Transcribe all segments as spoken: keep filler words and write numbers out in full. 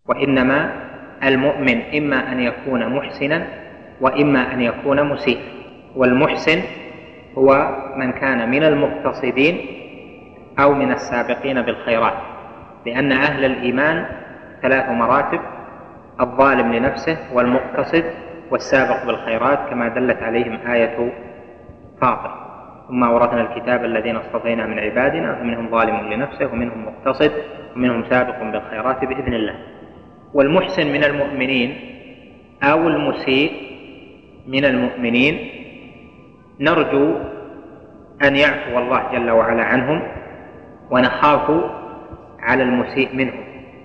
وإنما المؤمن إما أن يكون محسنا وإما أن يكون مسيئا. والمحسن هو من كان من المقتصدين أو من السابقين بالخيرات، لأن أهل الإيمان ثلاث مراتب: الظالم لنفسه والمقتصد والسابق بالخيرات، كما دلت عليهم آية فاطر: ثم أورثنا الكتاب الذين اصطفينا من عبادنا فمنهم ظالم لنفسه ومنهم مقتصد ومنهم سابق بالخيرات بإذن الله. والمحسن من المؤمنين أو المسيء من المؤمنين نرجو أن يعفو الله جل وعلا عنهم، ونخاف على المسيء منهم.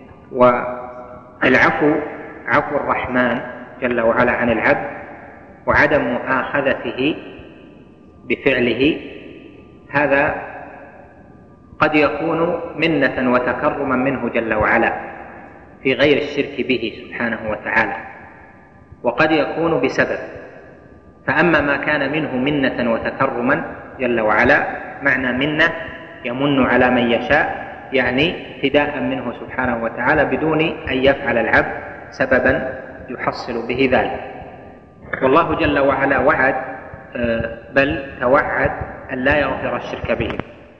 والعفو عفو الرحمن جل وعلا عن العبد، وعدم مؤاخذته بفعله هذا قد يكون منة وتكرما منه جل وعلا في غير الشرك به سبحانه وتعالى، وقد يكون بسبب. فأما ما كان منه منة وتكرما جل وعلا، معنى منة يمن على من يشاء، يعني ابتداء منه سبحانه وتعالى بدون أن يفعل العبد سببا يحصل به ذلك. والله جل وعلا وعد، بل توعد أن لا يغفر الشرك به،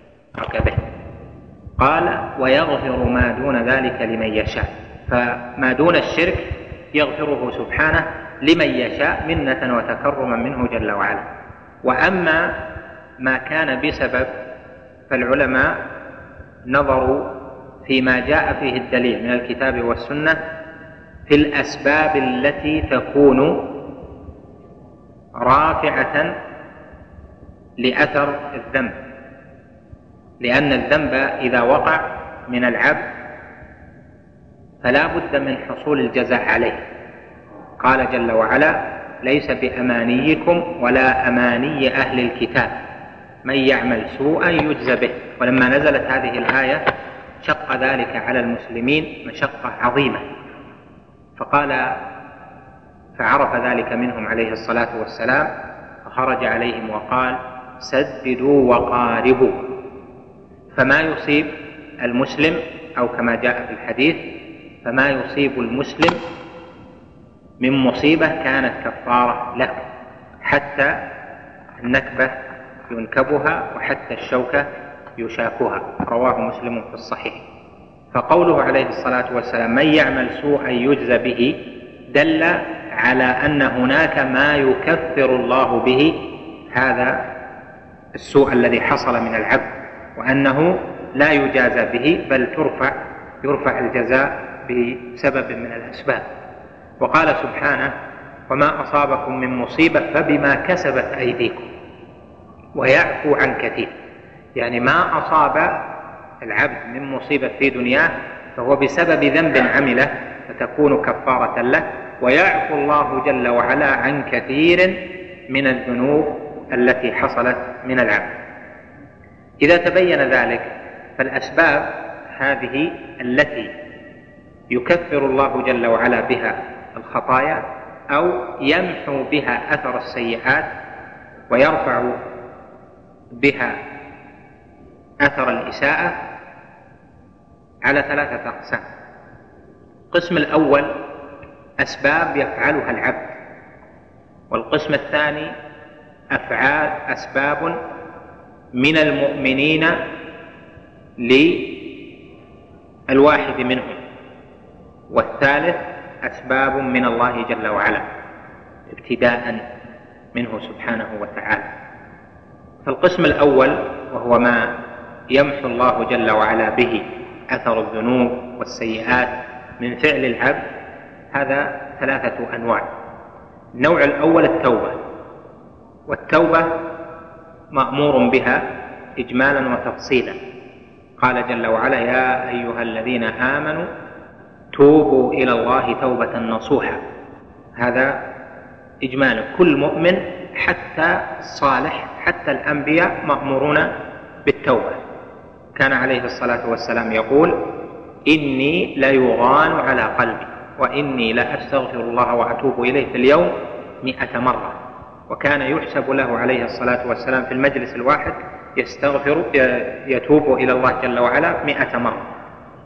قال: ويغفر ما دون ذلك لمن يشاء. فما دون الشرك يغفره سبحانه لمن يشاء منة وتكرما منه جل وعلا. وأما ما كان بسبب فالعلماء نظروا فيما جاء فيه الدليل من الكتاب والسنة في الأسباب التي تكون رافعة لأثر الذنب، لأن الذنب إذا وقع من العبد فلا بد من حصول الجزاء عليه. قال جل وعلا: ليس بأمانيكم ولا أماني أهل الكتاب من يعمل سوءا يجزى به. ولما نزلت هذه الآية شق ذلك على المسلمين مشقة عظيمة، فقال فعرف ذلك منهم عليه الصلاة والسلام، فخرج عليهم وقال: سددوا وقاربوا. فما يصيب المسلم، أو كما جاء في الحديث: فما يصيب المسلم من مصيبة كانت كفارة له، حتى النكبة ينكبها وحتى الشوكة يشاكها. رواه مسلم في الصحيح. فقوله عليه الصلاة والسلام: من يعمل سوءا يجزى به، دل على أن هناك ما يكفر الله به هذا السوء الذي حصل من العبد، وأنه لا يجازى به، بل ترفع يرفع الجزاء بسبب من الأسباب. وقال سبحانه: وما أصابكم من مصيبة فبما كسبت أيديكم ويعفو عن كثير. يعني ما أصاب العبد من مصيبة في دنياه فهو بسبب ذنب عمله فتكون كفارة له، ويعفو الله جل وعلا عن كثير من الذنوب التي حصلت من العبد. إذا تبين ذلك فالأسباب هذه التي يكفر الله جل وعلا بها الخطايا أو يمحو بها أثر السيئات ويرفع بها أثر الإساءة على ثلاثة أقسام. القسم الأول أسباب يفعلها العبد، والقسم الثاني أفعال أسباب من المؤمنين للواحد منهم، والثالث أسباب من الله جل وعلا ابتداء منه سبحانه وتعالى. فالقسم الأول وهو ما يمحو الله جل وعلا به أثر الذنوب والسيئات من فعل العبد، هذا ثلاثة أنواع. النوع الأول التوبة، والتوبة مأمور بها إجمالا وتفصيلا. قال جل وعلا: يا أيها الذين آمنوا توبوا إلى الله توبة نصوحا. هذا إجمالا، كل مؤمن حتى الصالح حتى الأنبياء مأمورون بالتوبة. كان عليه الصلاة والسلام يقول: إني ليغان على قلبي وإني لأستغفر الله وأتوب إليه في اليوم مئة مرة. وكان يحسب له عليه الصلاة والسلام في المجلس الواحد يستغفر يتوب إلى الله جل وعلا مئة مرة.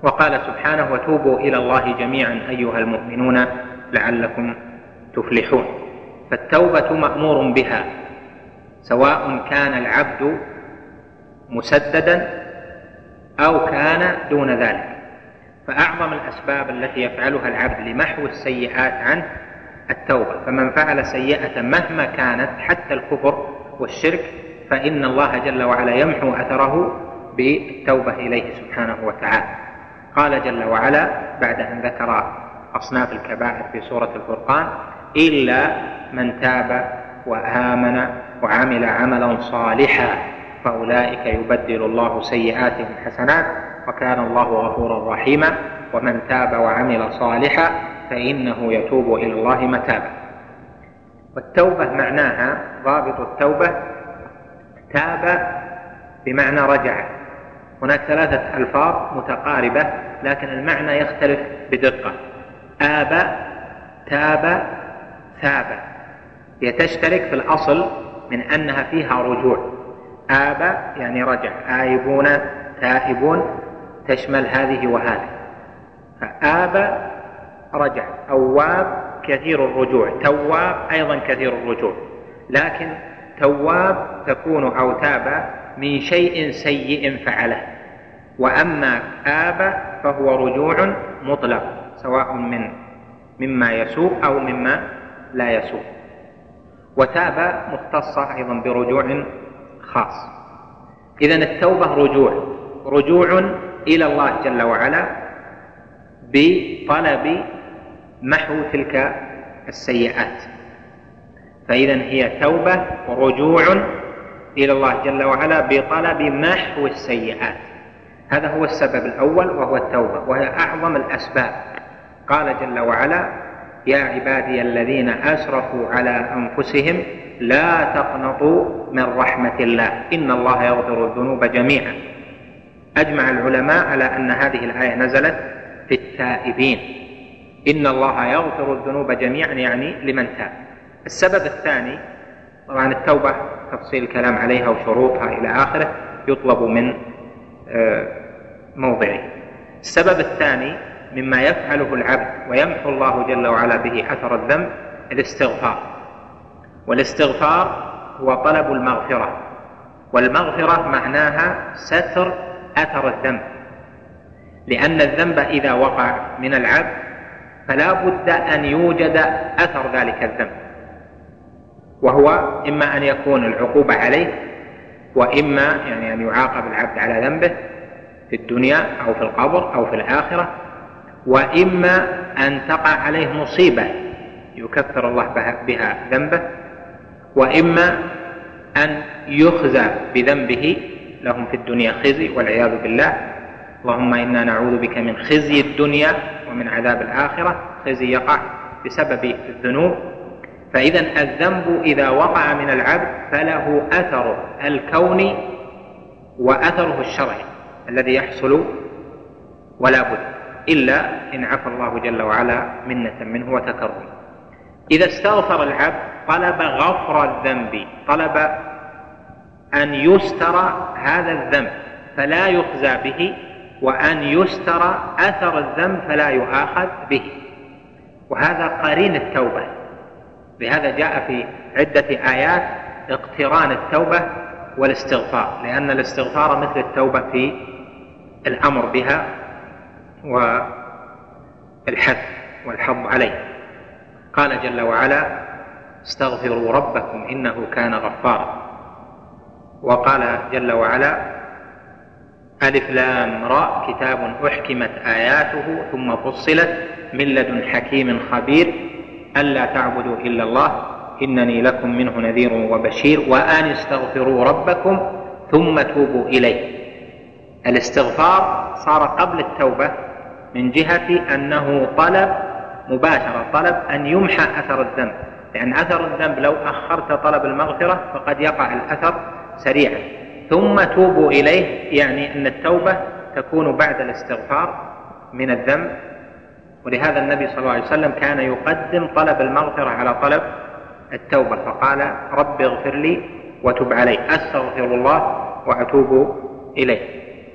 وقال سبحانه وتوبوا إلى الله جميعا أيها المؤمنون لعلكم تفلحون. فالتوبة مأمور بها سواء كان العبد مسددا أو كان دون ذلك. فأعظم الأسباب التي يفعلها العبد لمحو السيئات عنه التوبة. فمن فعل سيئة مهما كانت حتى الكفر والشرك فإن الله جل وعلا يمحو أثره بالتوبة إليه سبحانه وتعالى. قال جل وعلا بعد أن ذكر أصناف الكبائر في سورة الفرقان: إلا من تاب وآمن وعمل عملا صالحا فأولئك يبدل الله سيئاتهم حسنات وكان الله غفورا رحيما ومن تاب وعمل صالحا فإنه يتوب إلى الله متابا. والتوبة معناها ضابط التوبة تاب بمعنى رجع. هناك ثلاثة ألفاظ متقاربة لكن المعنى يختلف بدقة: آب، تاب، ثاب. هي تشترك في الأصل من أنها فيها رجوع. آب يعني رجع، آيبون تائبون تشمل هذه وهذه. فآب رجع، أواب كثير الرجوع، تواب أيضا كثير الرجوع. لكن تواب تكون أو تاب من شيء سيء فعله، وأما آب فهو رجوع مطلق سواء من مما يسوء أو مما لا يسوء. وتاب مختصة أيضا برجوع خاص. إذن التوبة رجوع رجوع إلى الله جل وعلا بطلب محو تلك السيئات. فإذن هي توبة ورجوع إلى الله جل وعلا بطلب محو السيئات. هذا هو السبب الأول وهو التوبة، وهي أعظم الأسباب. قال جل وعلا: يا عبادي الذين أسرفوا على أنفسهم لا تقنطوا من رحمة الله إن الله يغفر الذنوب جميعا. أجمع العلماء على أن هذه الآية نزلت في التائبين. إن الله يغفر الذنوب جميعا يعني لمن تاب. السبب الثاني، طبعا التوبة تفصيل الكلام عليها وشروطها إلى آخره يطلب من موضعه. السبب الثاني مما يفعله العبد ويمحو الله جل وعلا به أثر الذنب الاستغفار. والاستغفار هو طلب المغفرة، والمغفرة معناها ستر أثر الذنب، لأن الذنب إذا وقع من العبد فلا بد أن يوجد أثر ذلك الذنب، وهو إما أن يكون العقوبة عليه، وإما يعني أن يعاقب العبد على ذنبه في الدنيا أو في القبر أو في الآخرة، وإما أن تقع عليه مصيبة يكفر الله بها ذنبه، وإما أن يخزى بذنبه لهم في الدنيا خزي والعياذ بالله. اللهم إنا نعوذ بك من خزي الدنيا ومن عذاب الآخرة. خزي يقع بسبب الذنوب. فإذا الذنب إذا وقع من العبد فله أثره الكوني وأثره الشرعي الذي يحصل ولا بد، إلا إن عفى الله جل وعلا منة منه وتكرم. إذا استغفر العبد طلب غفر الذنب، طلب أن يستر هذا الذنب فلا يخزى به، وأن يستر أثر الذنب فلا يؤاخذ به، وهذا قرين التوبة. لهذا جاء في عدة آيات اقتران التوبة والاستغفار، لأن الاستغفار مثل التوبة في الأمر بها والحث والحض عليه. قال جل وعلا: استغفروا ربكم إنه كان غفارا. وقال جل وعلا: ألف لام را كتاب أحكمت آياته ثم فصلت من لدن حكيم خبير ألا تعبدوا إلا الله إنني لكم منه نذير وبشير وأن استغفروا ربكم ثم توبوا إليه. الاستغفار صار قبل التوبة من جهة أنه طلب مباشرة، طلب أن يمحى أثر الذنب، لأن أثر الذنب لو أخرت طلب المغفرة فقد يقع الأثر سريعا. ثم توبوا إليه يعني أن التوبة تكون بعد الاستغفار من الذنب. ولهذا النبي صلى الله عليه وسلم كان يقدم طلب المغفرة على طلب التوبة، فقال: رب اغفر لي وتب علي، أستغفر الله وأتوب إليه.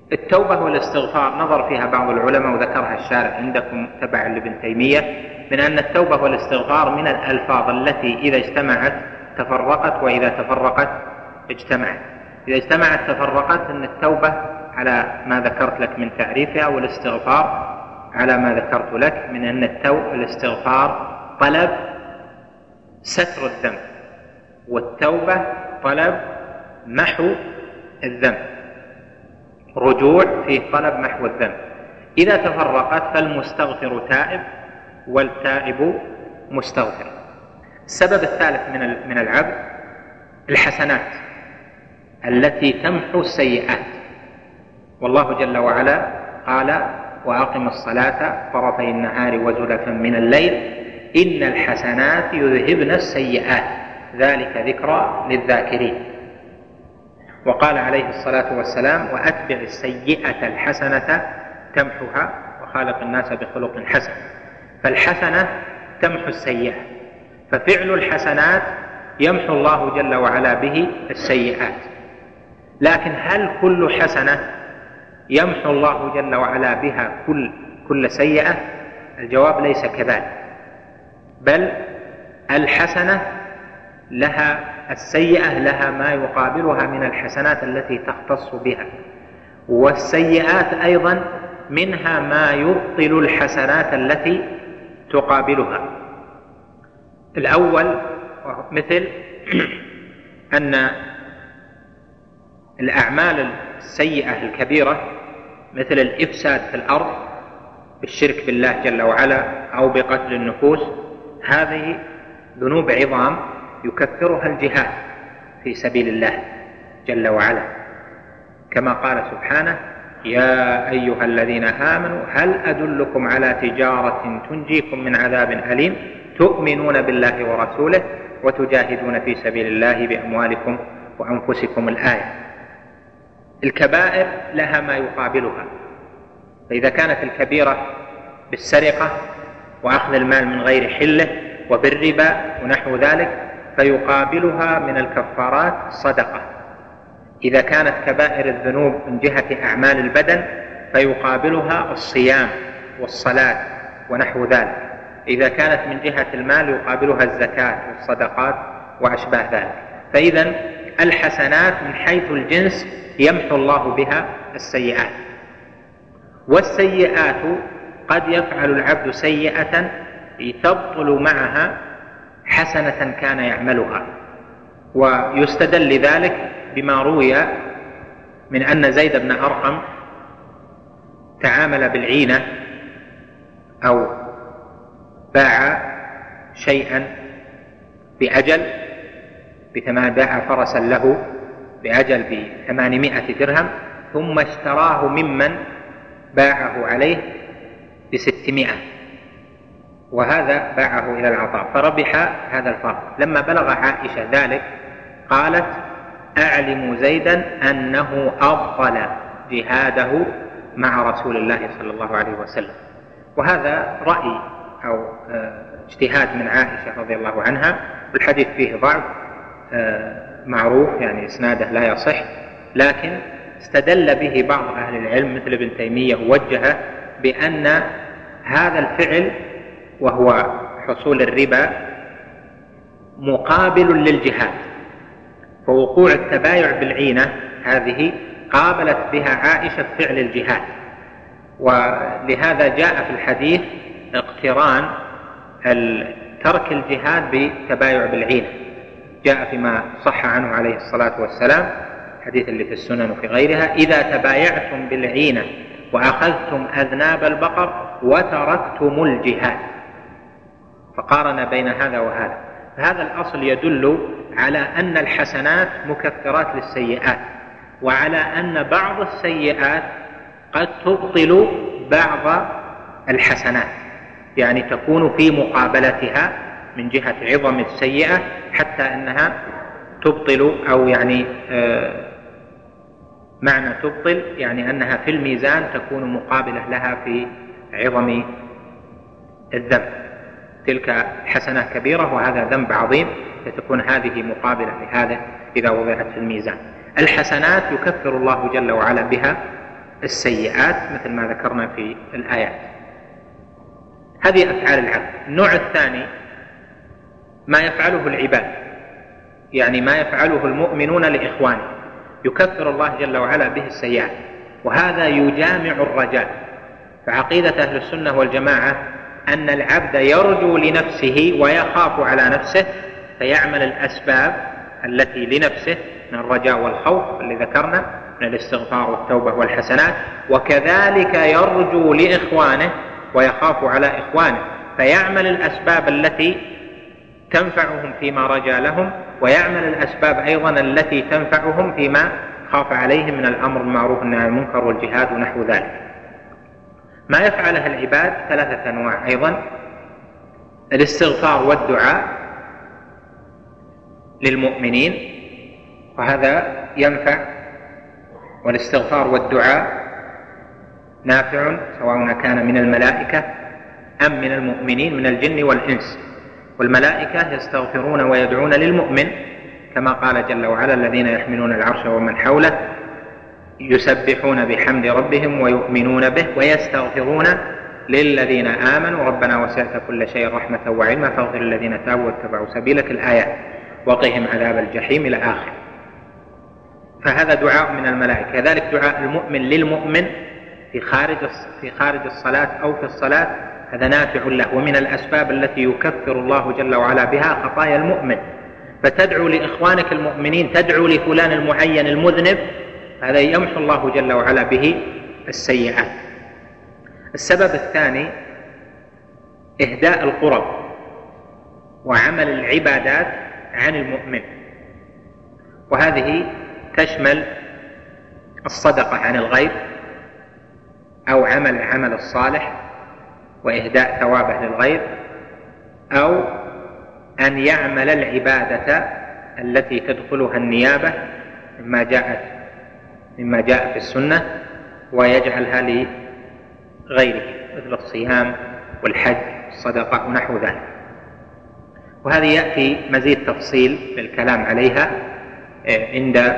التوبة والاستغفار نظر فيها بعض العلماء وذكرها الشارح عندكم تبعا لابن تيمية، من أن التوبة والاستغفار من الألفاظ التي إذا اجتمعت تفرقت وإذا تفرقت اجتمعت. إذا اجتمعت تفرقت، أن التوبة على ما ذكرت لك من تعريفها، والاستغفار على ما ذكرت لك من أن التوبة الاستغفار طلب ستر الذنب، والتوبة طلب محو الذنب، رجوع فيه طلب محو الذنب. إذا تفرقت فالمستغفر تائب والتائب مستغفر. السبب الثالث من من العبد الحسنات التي تمحو السيئات، والله جل وعلا قال: وأقم الصلاة طرفي النهار وزلفا من الليل إن الحسنات يذهبن السيئات ذلك ذكرى للذاكرين. وقال عليه الصلاة والسلام: وأتبع السيئة الحسنة تمحها وخالق الناس بخلق حسن. فالحسنة تمحو السيئة، ففعل الحسنات يمحو الله جل وعلا به السيئات. لكن هل كل حسنة يمحو الله جل وعلا بها كل كل سيئة؟ الجواب ليس كذلك، بل الحسنة لها السيئة لها ما يقابلها من الحسنات التي تختص بها، والسيئات أيضا منها ما يبطل الحسنات التي تقابلها. الأول مثل أن الأعمال السيئة الكبيرة مثل الإفساد في الأرض بالشرك بالله جل وعلا أو بقتل النفوس، هذه ذنوب عظام يكفرها الجهاد في سبيل الله جل وعلا، كما قال سبحانه: يا أيها الذين آمنوا هل أدلكم على تجارة تنجيكم من عذاب أليم تؤمنون بالله ورسوله وتجاهدون في سبيل الله بأموالكم وأنفسكم. الآية. الكبائر لها ما يقابلها، فإذا كانت الكبيرة بالسرقة وأخذ المال من غير حله وبالربا ونحو ذلك فيقابلها من الكفارات الصدقة. إذا كانت كبائر الذنوب من جهة أعمال البدن فيقابلها الصيام والصلاة ونحو ذلك. إذا كانت من جهة المال يقابلها الزكاة والصدقات وأشباه ذلك. فإذا الحسنات من حيث الجنس يمحو الله بها السيئات، والسيئات قد يفعل العبد سيئة تبطل معها حسنة كان يعملها. ويستدل لذلك بما روي من أن زيد بن أرقم تعامل بالعينة أو باع شيئا بأجل بثمان باع فرسا له بأجل بثمانمائة درهم، ثم اشتراه ممن باعه عليه بستمائة، وهذا باعه إلى العطاء فربح هذا الفرق. لما بلغ عائشة ذلك قالت: أعلم زيدا أنه أبطل جهاده مع رسول الله صلى الله عليه وسلم. وهذا رأي أو اجتهاد من عائشة رضي الله عنها، والحديث فيه ضعف معروف، يعني إسناده لا يصح، لكن استدل به بعض أهل العلم مثل ابن تيمية ووجه بأن هذا الفعل وهو حصول الربا مقابل للجهاد، فوقوع التبايع بالعينة هذه قابلت بها عائشة فعل الجهاد، ولهذا جاء في الحديث اقتران ترك الجهاد بتبايع بالعينة. جاء فيما صح عنه عليه الصلاة والسلام حديث اللي في السنن وفي غيرها: إذا تبايعتم بالعينة وأخذتم أذناب البقر وتركتم الجهاد. فقارن بين هذا وهذا. فهذا الأصل يدل على أن الحسنات مكفرات للسيئات، وعلى أن بعض السيئات قد تبطل بعض الحسنات، يعني تكون في مقابلتها من جهة عظم السيئة حتى أنها تبطل، أو يعني آه معنى تبطل يعني أنها في الميزان تكون مقابلة لها في عظم الذنب. تلك حسنة كبيرة وهذا ذنب عظيم، فتكون هذه مقابلة لهذا إذا وضعت في الميزان. الحسنات يكفر الله جل وعلا بها السيئات مثل ما ذكرنا في الآيات. هذه أفعال العبد. النوع الثاني ما يفعله العباد، يعني ما يفعله المؤمنون لإخوانه، يكفر الله جل وعلا به السيئات، وهذا يجامع الرجاء. فعقيدة أهل السنة والجماعة أن العبد يرجو لنفسه ويخاف على نفسه، فيعمل الأسباب التي لنفسه من الرجاء والخوف اللي ذكرنا من الاستغفار والتوبة والحسنات، وكذلك يرجو لإخوانه ويخاف على إخوانه، فيعمل الأسباب التي تنفعهم فيما رجا لهم، ويعمل الأسباب أيضا التي تنفعهم فيما خاف عليهم من الأمر بالمعروف والنهي عن المنكر والجهاد ونحو ذلك. ما يفعلها العباد ثلاثة أنواع أيضا: الاستغفار والدعاء للمؤمنين، وهذا ينفع، والاستغفار والدعاء نافع سواء كان من الملائكة أم من المؤمنين من الجن والإنس. والملائكة يستغفرون ويدعون للمؤمن كما قال جل وعلا: الذين يحملون العرش ومن حوله يسبحون بحمد ربهم ويؤمنون به ويستغفرون للذين آمنوا ربنا وسعت كل شيء رحمة وعلما فاغفر للذين تابوا واتبعوا سبيلك، الآيات، وقهم عذاب الجحيم إلى آخر. فهذا دعاء من الملائكة. كذلك دعاء المؤمن للمؤمن في خارج في خارج الصلاة أو في الصلاة، هذا نافع له، ومن الأسباب التي يكفر الله جل وعلا بها خطايا المؤمن. فتدعو لإخوانك المؤمنين، تدعو لفلان المعين المذنب، هذا يمحو الله جل وعلا به السيئات. السبب الثاني إهداء القرب وعمل العبادات عن المؤمن، وهذه تشمل الصدقة عن الغير، أو عمل العمل الصالح وإهداء ثوابه للغير، أو أن يعمل العبادة التي تدخلها النيابة مما جاءت مما جاء في السنة ويجعلها لغيره، مثل الصيام والحج والصدقة ونحو ذلك. وهذه يأتي مزيد تفصيل للكلام عليها عند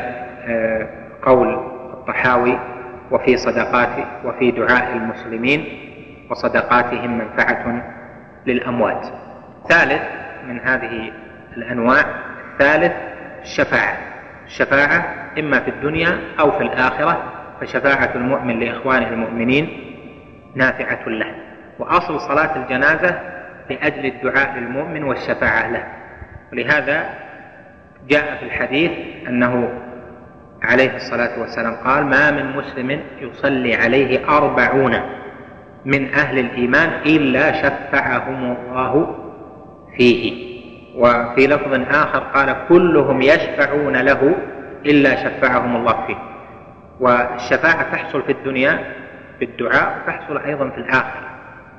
قول الطحاوي: وفي صدقات وفي دعاء المسلمين وصدقاتهم منفعة للأموات. ثالث من هذه الأنواع الثالث الشفاعة. الشفاعة إما في الدنيا أو في الآخرة، فشفاعة المؤمن لإخوانه المؤمنين نافعة له. وأصل صلاة الجنازة لأجل الدعاء للمؤمن والشفاعة له، ولهذا جاء في الحديث أنه عليه الصلاة والسلام قال: ما من مسلم يصلي عليه أربعون من أهل الإيمان إلا شفعهم الله فيه. وفي لفظ آخر قال: كلهم يشفعون له إلا شفعهم الله فيه. والشفاعة تحصل في الدنيا بالدعاء، وتحصل أيضا في الآخرة.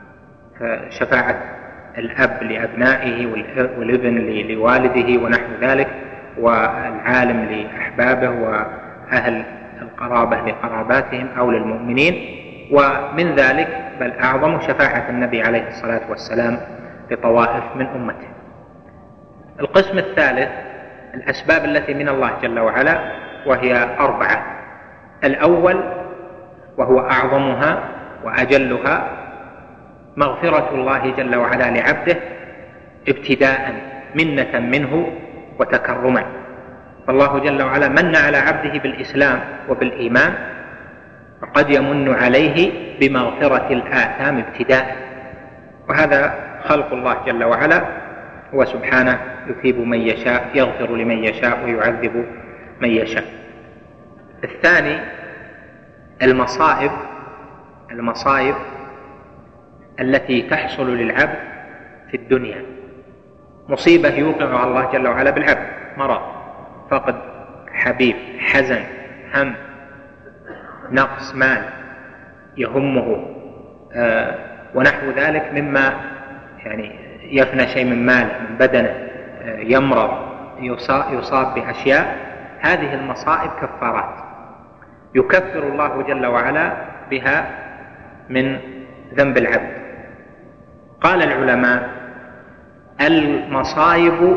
فشفاعة الأب لأبنائه والابن لوالده ونحو ذلك، والعالم لأحبابه، وأهل القرابة لقراباتهم أو للمؤمنين. ومن ذلك بل أعظم شفاعة النبي عليه الصلاة والسلام لطوائف من أمته. القسم الثالث الأسباب التي من الله جل وعلا، وهي أربعة. الأول وهو أعظمها وأجلها مغفرة الله جل وعلا لعبده ابتداء منة منه وتكرما. فالله جل وعلا من على عبده بالإسلام وبالإيمان، فقد يمن عليه بمغفرة الآثام ابتداء، وهذا خلق الله جل وعلا، وسبحانه يثيب من يشاء، يغفر لمن يشاء ويعذب من يشاء. الثاني المصائب المصائب التي تحصل للعبد في الدنيا. مصيبة يوقع الله جل وعلا بالعبد، مرض، فقد حبيب، حزن، هم، نقص مال يهمه آه ونحو ذلك، مما يعني يفنى شيء من ماله من بدنه، آه يمرض، يصاب بأشياء. هذه المصائب كفارات يكفر الله جل وعلا بها من ذنب العبد. قال العلماء: المصائب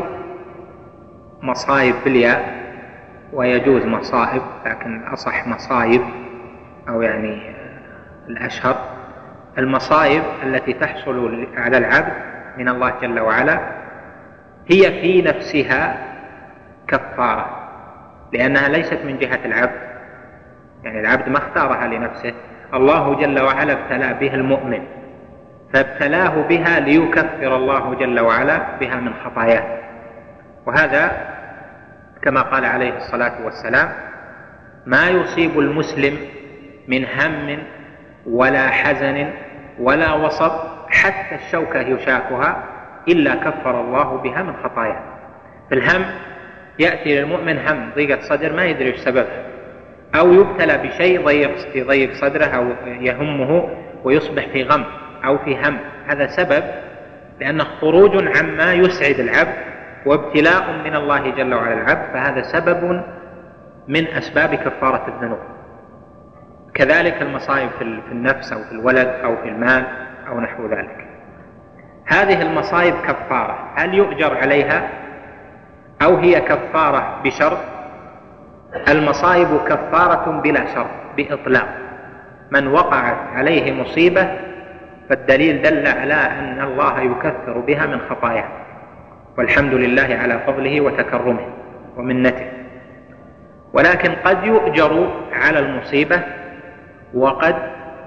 مصائب بالياء، ويجوز مصائب، لكن الأصح مصائب، أو يعني الأشهر المصائب التي تحصل على العبد من الله جل وعلا هي في نفسها كفارة، لأنها ليست من جهة العبد، يعني العبد ما اختارها لنفسه، الله جل وعلا ابتلى بها المؤمن، فابتلاه بها ليكفر الله جل وعلا بها من خطاياه. وهذا كما قال عليه الصلاة والسلام: ما يصيب المسلم من هم ولا حزن ولا وصب حتى الشوكة يشاكها إلا كفر الله بها من خطاياه. الهم يأتي للمؤمن هم ضيقة صدر ما يدري ايش سببها، أو يبتلى بشيء ضيق يضيق صدره أو يهمه ويصبح في غم أو في هم، هذا سبب، لأنه خروج عما يسعد العبد وابتلاء من الله جل وعلا العبد، فهذا سبب من أسباب كفارة الذنوب. كذلك المصائب في النفس أو في الولد أو في المال أو نحو ذلك، هذه المصائب كفارة، هل يؤجر عليها أو هي كفارة بشرط؟ المصائب كفارة بلا شرط بإطلاق، من وقعت عليه مصيبة فالدليل دل على أن الله يكفر بها من خطاياه، والحمد لله على فضله وتكرمه ومنته. ولكن قد يؤجر على المصيبة وقد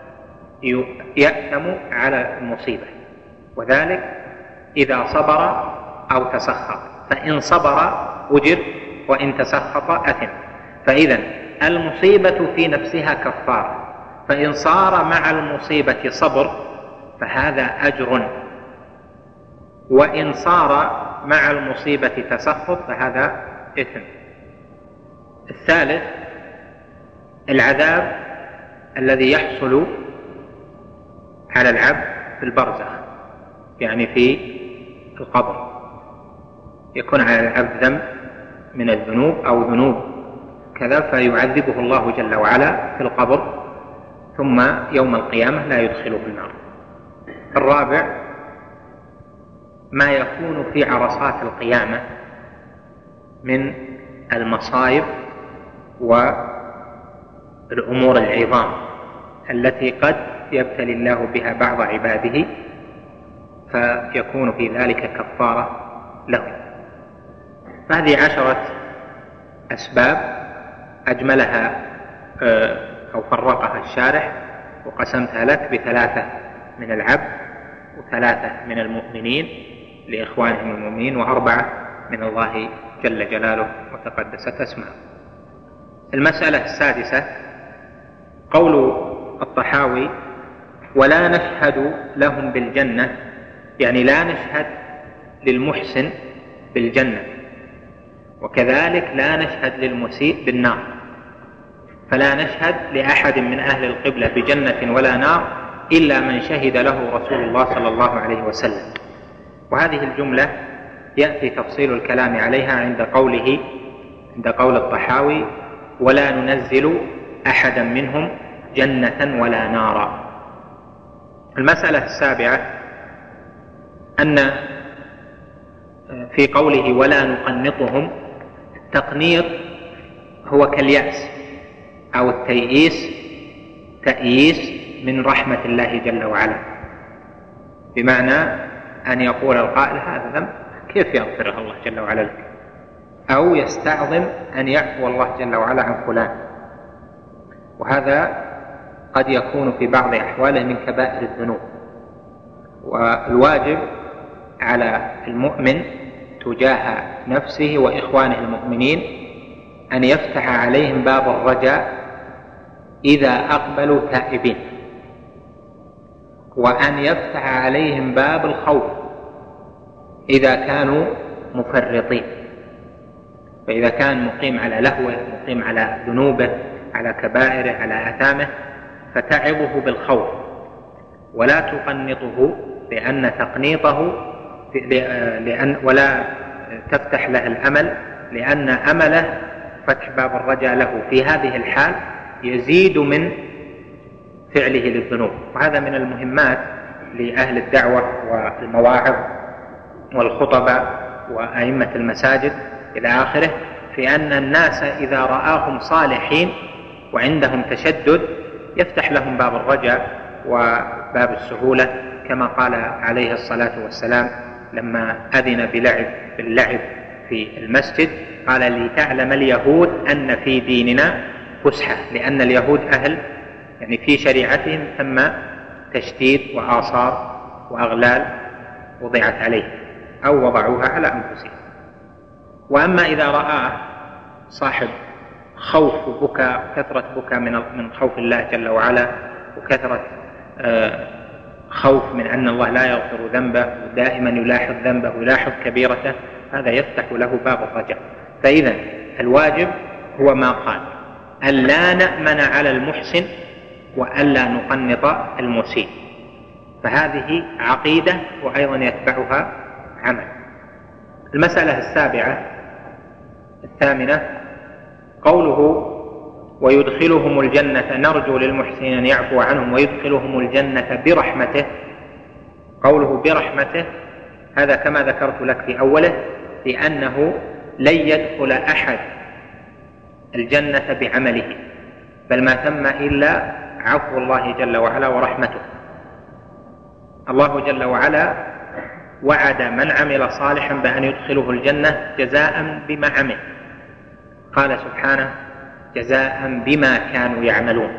يأثم على المصيبة، وذلك إذا صبر أو تسخط، فإن صبر أجر وإن تسخط أثم. فإذا المصيبة في نفسها كفارة، فإن صار مع المصيبة صبر فهذا أجر، وإن صار مع المصيبة تسخط فهذا إثم. الثالث العذاب الذي يحصل على العبد في البرزخ، يعني في القبر، يكون على العبد ذنب من الذنوب أو ذنوب كذا فيعذبه الله جل وعلا في القبر، ثم يوم القيامة لا يدخله النار. الرابع ما يكون في عرصات القيامة من المصائب والأمور العظام التي قد يبتلي الله بها بعض عباده، فيكون في ذلك كفارة له. فهذه عشرة أسباب أجملها أو فرقها الشارح وقسمتها لك بثلاثة من العبد، وثلاثة من المؤمنين لإخوانهم المؤمنين، وأربعة من الله جل جلاله وتقدست أسماءه. المسألة السادسة قول الطحاوي: ولا نشهد لهم بالجنة، يعني لا نشهد للمحسن بالجنة، وكذلك لا نشهد للمسيء بالنار، فلا نشهد لأحد من أهل القبلة بجنة ولا نار إلا من شهد له رسول الله صلى الله عليه وسلم. وهذه الجملة يأتي تفصيل الكلام عليها عند قوله عند قول الطحاوي: ولا ننزل أحدا منهم جنة ولا نارا. المسألة السابعة أن في قوله ولا نقنطهم، التقنيط هو كاليأس أو التيئيس، تأييس من رحمة الله جل وعلا، بمعنى أن يقول القائل: هذا ذنب كيف يغفره الله جل وعلا لك، أو يستعظم أن يعفو الله جل وعلا عن فلان. وهذا قد يكون في بعض أحواله من كبائر الذنوب. والواجب على المؤمن تجاه نفسه وإخوانه المؤمنين أن يفتح عليهم باب الرجاء إذا أقبلوا تائبين، وأن يفتح عليهم باب الخوف إذا كانوا مفرطين. فإذا كان مقيم على لهوه، مقيم على ذنوبه، على كبائره، على آثامه، فتعظه بالخوف ولا تقنطه، لأن تقنيطه لأن ولا تفتح له الأمل، لأن أمله فتح باب الرجاء له في هذه الحال يزيد من فعله للذنوب. وهذا من المهمات لأهل الدعوة والمواعظ والخطباء وأئمة المساجد إلى آخره، في أن الناس إذا رآهم صالحين وعندهم تشدد يفتح لهم باب الرجاء وباب السهولة، كما قال عليه الصلاة والسلام لما أذن بلعب باللعب في المسجد قال: لتعلم اليهود أن في ديننا فسحة، لأن اليهود أهل يعني في شريعتهم ثم تشديد وآثار وأغلال وضعت عليه أو وضعوها على أنفسهم. وأما إذا رأى صاحب خوف وبكى، كثرة بكى من خوف الله جل وعلا، وكثرة خوف من أن الله لا يغفر ذنبه ودائما يلاحظ ذنبه ويلاحظ كبيرته، هذا يفتح له باب الرجاء. فإذا الواجب هو ما قال: ألا نأمن على المحسن وألا نقنط المسيء. فهذه عقيدة وأيضا يتبعها عمل. المسألة السابعة الثامنة قوله: ويدخلهم الجنة، نرجو للمحسنين أن يعفو عنهم ويدخلهم الجنة برحمته. قوله برحمته هذا كما ذكرت لك في أوله، لأنه لن يدخل أحد الجنة بعمله، بل ما ثم إلا عفو الله جل وعلا ورحمته. الله جل وعلا وعد من عمل صالحا بأن يدخله الجنة جزاء بما عمل، قال سبحانه: جزاء بما كانوا يعملون،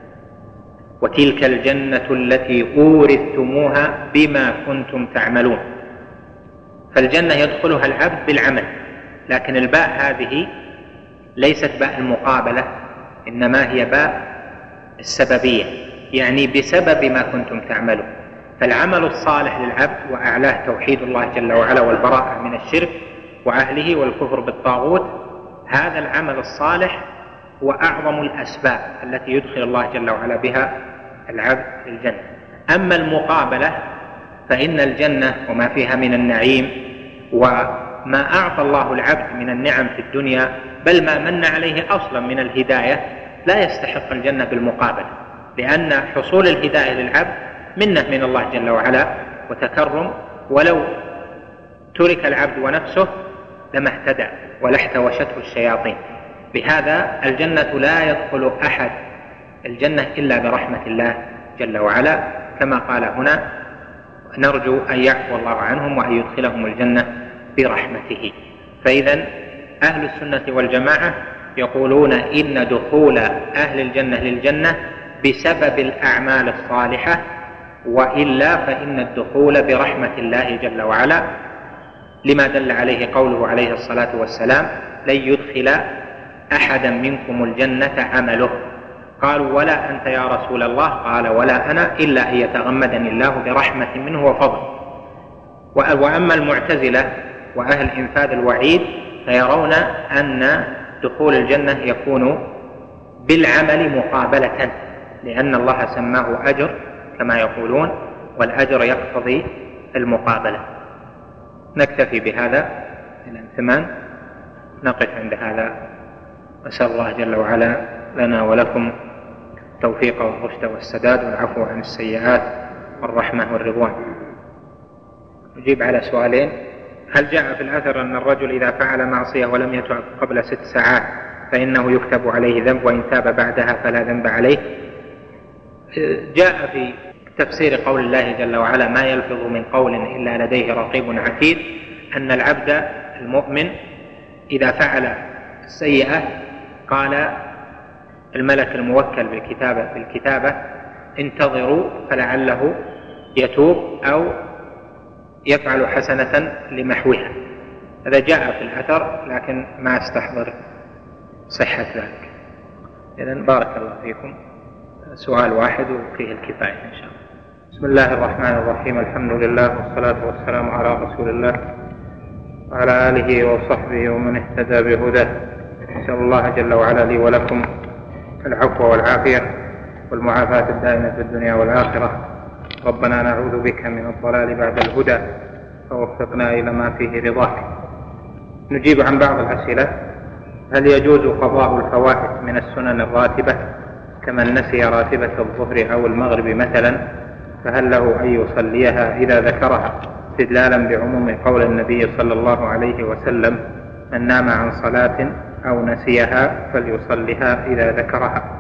وتلك الجنة التي أورثتموها بما كنتم تعملون. فالجنة يدخلها العبد بالعمل، لكن الباء هذه ليست باء المقابلة، إنما هي باء السببية، يعني بسبب ما كنتم تعملون. فالعمل الصالح للعبد وأعلاه توحيد الله جل وعلا والبراءة من الشرك وأهله والكفر بالطاغوت، هذا العمل الصالح هو أعظم الأسباب التي يدخل الله جل وعلا بها العبد الجنة. أما المقابلة فإن الجنة وما فيها من النعيم وما أعطى الله العبد من النعم في الدنيا، بل ما من عليه أصلا من الهداية، لا يستحق الجنة بالمقابلة، لأن حصول الهداية للعبد منة من الله جل وعلا وتكرم، ولو ترك العبد ونفسه لما اهتدى ولاحتوشته الشياطين. بهذا الجنة لا يدخل أحد الجنة إلا برحمة الله جل وعلا، كما قال هنا: نرجو أن يعفو الله عنهم وأن يدخلهم الجنة برحمته. فإذا أهل السنة والجماعة يقولون إن دخول أهل الجنة للجنة بسبب الأعمال الصالحة، وإلا فإن الدخول برحمة الله جل وعلا، لما دل عليه قوله عليه الصلاة والسلام: لن يدخل أحدا منكم الجنة عمله. قالوا: ولا أنت يا رسول الله؟ قال: ولا أنا، إلا أن يتغمدني الله برحمة منه وفضل. وأما المعتزلة وأهل إنفاذ الوعيد فيرون أن دخول الجنة يكون بالعمل مقابلة، لأن الله سماه أجر كما يقولون، والأجر يقتضي المقابلة. نكتفي بهذا إلى ثمان، نقف عند هذا. أسأل الله جل وعلا لنا ولكم التوفيق والرشد والسداد والعفو عن السيئات والرحمة والرضوان. نجيب على سؤالين: هل جاء في الأثر أن الرجل إذا فعل معصية ولم يتوب قبل ست ساعات فإنه يكتب عليه ذنب، وإن تاب بعدها فلا ذنب عليه؟ جاء في تفسير قول الله جل وعلا: ما يلفظ من قول إلا لديه رقيب عتيد، أن العبد المؤمن إذا فعل السيئة قال الملك الموكل بالكتابة, بالكتابة انتظروا فلعله يتوب أو يفعل حسنة لمحوها. هذا جاء في الأثر لكن ما استحضر صحة ذلك. إذن بارك الله فيكم. سؤال واحد وفيه الكفاية إن شاء الله. بسم الله الرحمن الرحيم، الحمد لله والصلاة والسلام على رسول الله وعلى آله وصحبه ومن اهتدى بهداه. أسأل الله جل وعلا لي ولكم العفو والعافية والمعافاة الدائمة في الدنيا والآخرة. ربنا نعوذ بك من الضلال بعد الهدى، فوفقنا إلى ما فيه رضاك. نجيب عن بعض الأسئلة: هل يجوز قضاء الفوائد من السنن الراتبة كمن نسي راتبة الظهر أو المغرب مثلا، فهل له أن يصليها إذا ذكرها، استدلالا بعموم قول النبي صلى الله عليه وسلم: من نام عن صلاة أو نسيها فليصلها إذا ذكرها؟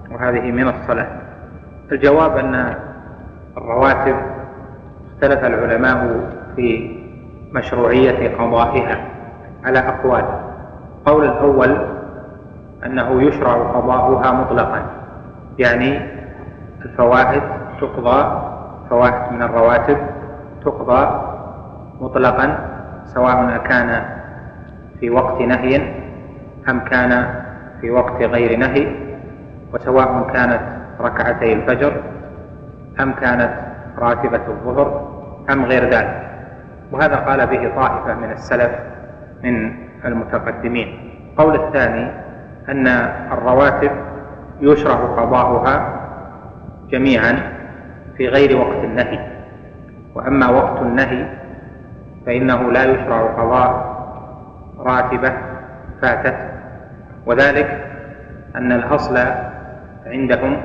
وهذه من الصلاة. الجواب أن الرواتب اختلف العلماء في مشروعية قضائها على أقوال. القول الأول أنه يشرع قضاؤها مطلقا، يعني الفوائد تقضى، فوائد من الرواتب تقضى مطلقا، سواء كان في وقت نهي أم كان في وقت غير نهي، وسواء كانت ركعتي الفجر أم كانت راتبة الظهر أم غير ذلك. وهذا قال به طائفة من السلف من المتقدمين. القول الثاني أن الرواتب يشرع قضاؤها جميعا في غير وقت النهي، وأما وقت النهي فإنه لا يشرع قضاء راتبة فاتت، وذلك أن الأصل عندهم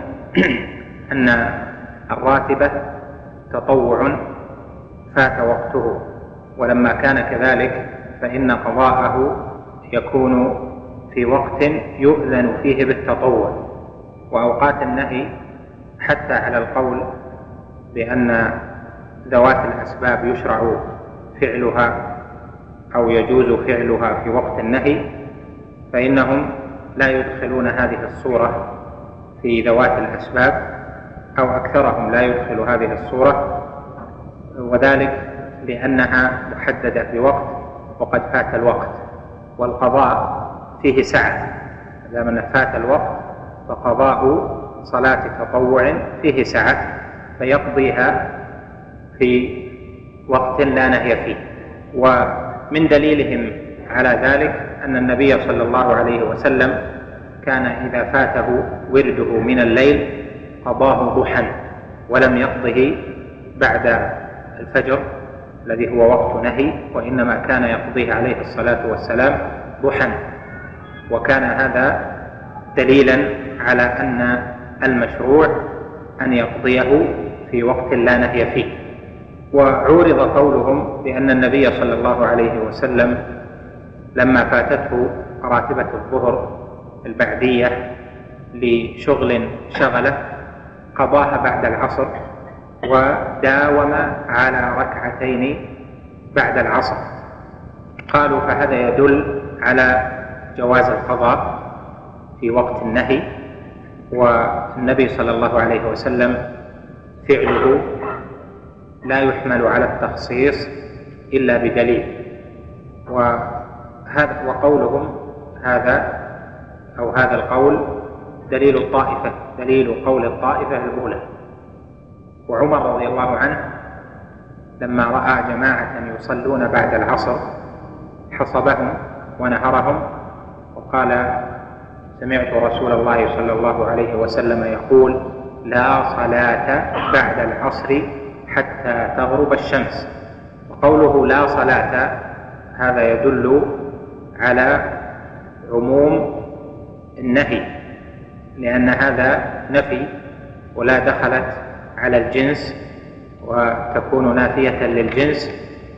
أن الراتبة تطوع فات وقته، ولما كان كذلك فإن قضاءه يكون في وقت يؤذن فيه بالتطوع. وأوقات النهي حتى على القول بأن ذوات الأسباب يشرع فعلها أو يجوز فعلها في وقت النهي، فإنهم لا يدخلون هذه الصورة في ذوات الأسباب، أو أكثرهم لا يدخل هذه الصورة، وذلك لأنها محددة بوقت وقد فات الوقت، والقضاء فيه سعة. إذا من فات الوقت فقضاء صلاة تطوع فيه سعة، فيقضيها في وقت لا نهي فيه. ومن دليلهم على ذلك أن النبي صلى الله عليه وسلم كان إذا فاته ورده من الليل قضاه ضحى ولم يقضه بعد الفجر الذي هو وقت نهي، وإنما كان يقضيه عليه الصلاة والسلام ضحى. وكان هذا دليلا على أن المشروع أن يقضيه في وقت لا نهي فيه. وعورض قولهم بأن النبي صلى الله عليه وسلم لما فاتته راتبة الظهر البعدية لشغل شغله قضاها بعد العصر وداوم على ركعتين بعد العصر. قالوا فهذا يدل على جواز القضاء في وقت النهي، والنبي صلى الله عليه وسلم فعله لا يحمل على التخصيص إلا بدليل. وهذا وقولهم هذا أو هذا القول دليل الطائفة دليل قول الطائفة الأولى. وعمر رضي الله عنه لما رأى جماعة يصلون بعد العصر حصبهم ونهرهم وقال: سمعت رسول الله صلى الله عليه وسلم يقول: لا صلاة بعد العصر حتى تغرب الشمس. وقوله لا صلاة هذا يدل على عموم النهي، لأن هذا نفي ولا دخلت على الجنس وتكون نافية للجنس،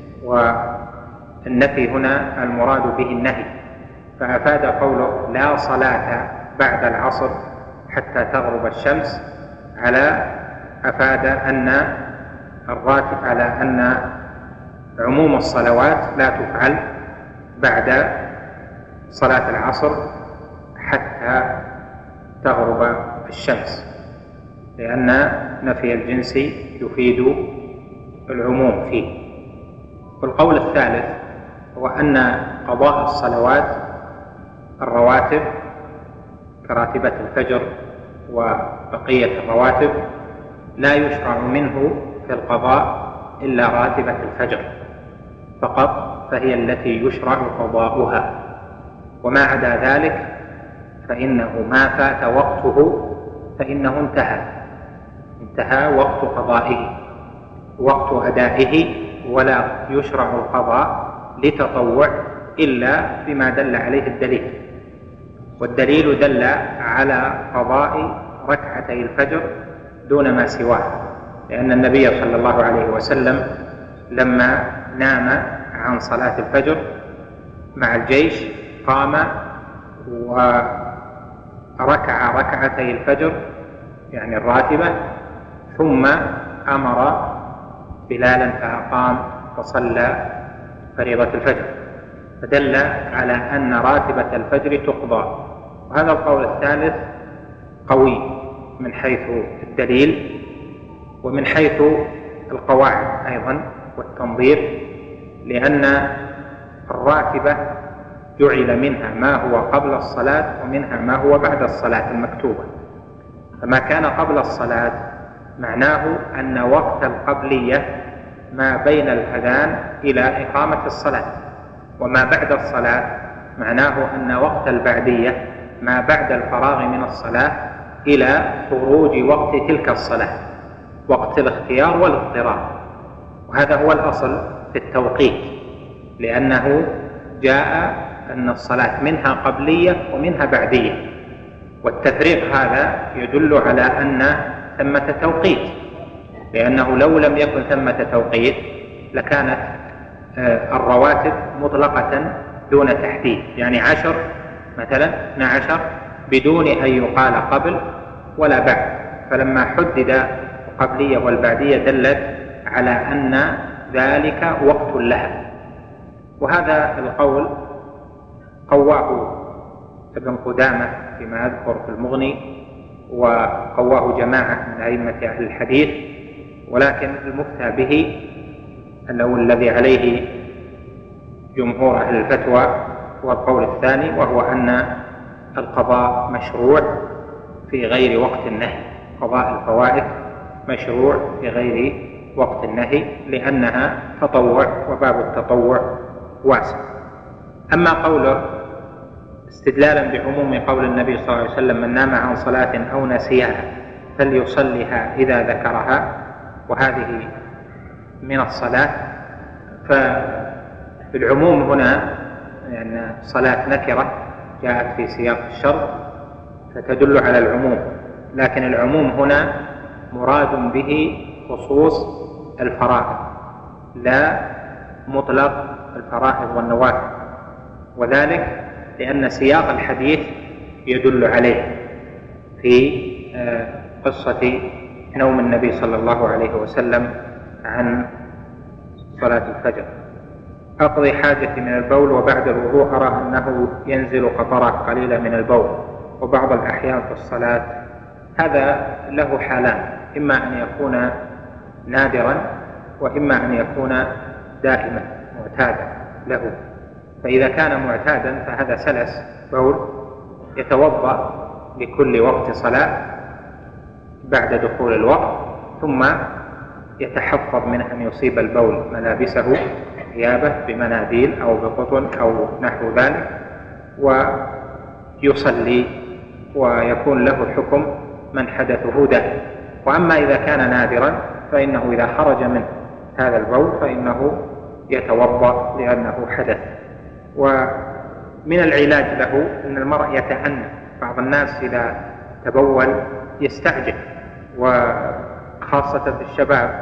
والنفي هنا المراد به النهي، فأفاد قوله لا صلاة بعد العصر حتى تغرب الشمس على أفاد أن الراتب على أن عموم الصلوات لا تفعل بعد صلاة العصر حتى تغرب الشمس، لأن نفي الجنس يفيد العموم فيه. والقول الثالث هو أن قضاء الصلوات الرواتب كراتبة الفجر وبقية الرواتب لا يشرع منه في القضاء إلا راتبة الفجر فقط، فهي التي يشرع قضاؤها، وما عدا ذلك فإنه ما فات وقته فإنه انتهى انتهى وقت قضائه وقت أدائه، ولا يشرع القضاء لتطوع إلا بما دل عليه الدليل. والدليل دل على قضاء ركعتي الفجر دون ما سواه، لأن النبي صلى الله عليه وسلم لما نام عن صلاة الفجر مع الجيش قام ركع ركعتي الفجر يعني الراتبة، ثم أمر بلالا فأقام فصلى فريضة الفجر، فدل على أن راتبة الفجر تقضى. وهذا القول الثالث قوي من حيث الدليل ومن حيث القواعد أيضا والتنظير، لأن الراتبة جعل منها ما هو قبل الصلاة ومنها ما هو بعد الصلاة المكتوبة. فما كان قبل الصلاة معناه أن وقت القبلية ما بين الأذان إلى إقامة الصلاة، وما بعد الصلاة معناه أن وقت البعدية ما بعد الفراغ من الصلاة إلى خروج وقت تلك الصلاة، وقت الاختيار والاضطرار. وهذا هو الأصل في التوقيت، لأنه جاء أن الصلاة منها قبلية ومنها بعدية، والتفريق هذا يدل على أن ثمة توقيت، لأنه لو لم يكن ثمة توقيت لكانت الرواتب مطلقة دون تحديد، يعني عشر مثلا اثنا عشر بدون أن يقال قبل ولا بعد، فلما حدد القبلية والبعدية دلت على أن ذلك وقت لها. وهذا القول قواه ابن قدامة فيما أذكر في المغني، وقواه جماعة من أئمة أهل الحديث، ولكن المفتى به أنه الذي عليه جمهور أهل الفتوى هو القول الثاني، وهو أن القضاء مشروع في غير وقت النهي، قضاء الفوائد مشروع في غير وقت النهي لأنها تطوع، وباب التطوع واسع. أما قوله استدلالا بعموم قول النبي صلى الله عليه وسلم من نام عن صلاة أو نسيها فليصلها إذا ذكرها، وهذه من الصلاة، فالعموم هنا يعني صلاة نكرة جاءت في سياق الشرط فتدل على العموم، لكن العموم هنا مراد به خصوص الفرائض لا مطلق الفرائض والنوافل، وذلك لأن سياق الحديث يدل عليه في قصة نوم النبي صلى الله عليه وسلم عن صلاة الفجر. أقضي حاجتي من البول وبعد الوضوء أرى أنه ينزل قطرات قليلة من البول وبعض الأحيان في الصلاة. هذا له حالان، إما أن يكون نادرا وإما أن يكون دائما معتادا له. فإذا كان معتادا فهذا سلس بول يتوضأ لكل وقت صلاة بعد دخول الوقت، ثم يتحفظ من أن يصيب البول ملابسه ثيابه بمناديل أو بقطن أو نحو ذلك، ويصلي ويكون له حكم من حدثه دائم. وأما إذا كان نادرا فإنه إذا خرج من هذا البول فإنه يتوضأ لأنه حدث. ومن العلاج له أن المرء يتأنى. بعض الناس إذا تبول يستعجل، وخاصة في الشباب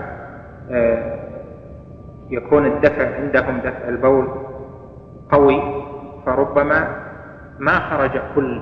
يكون الدفع عندهم دفع البول قوي، فربما ما خرج كل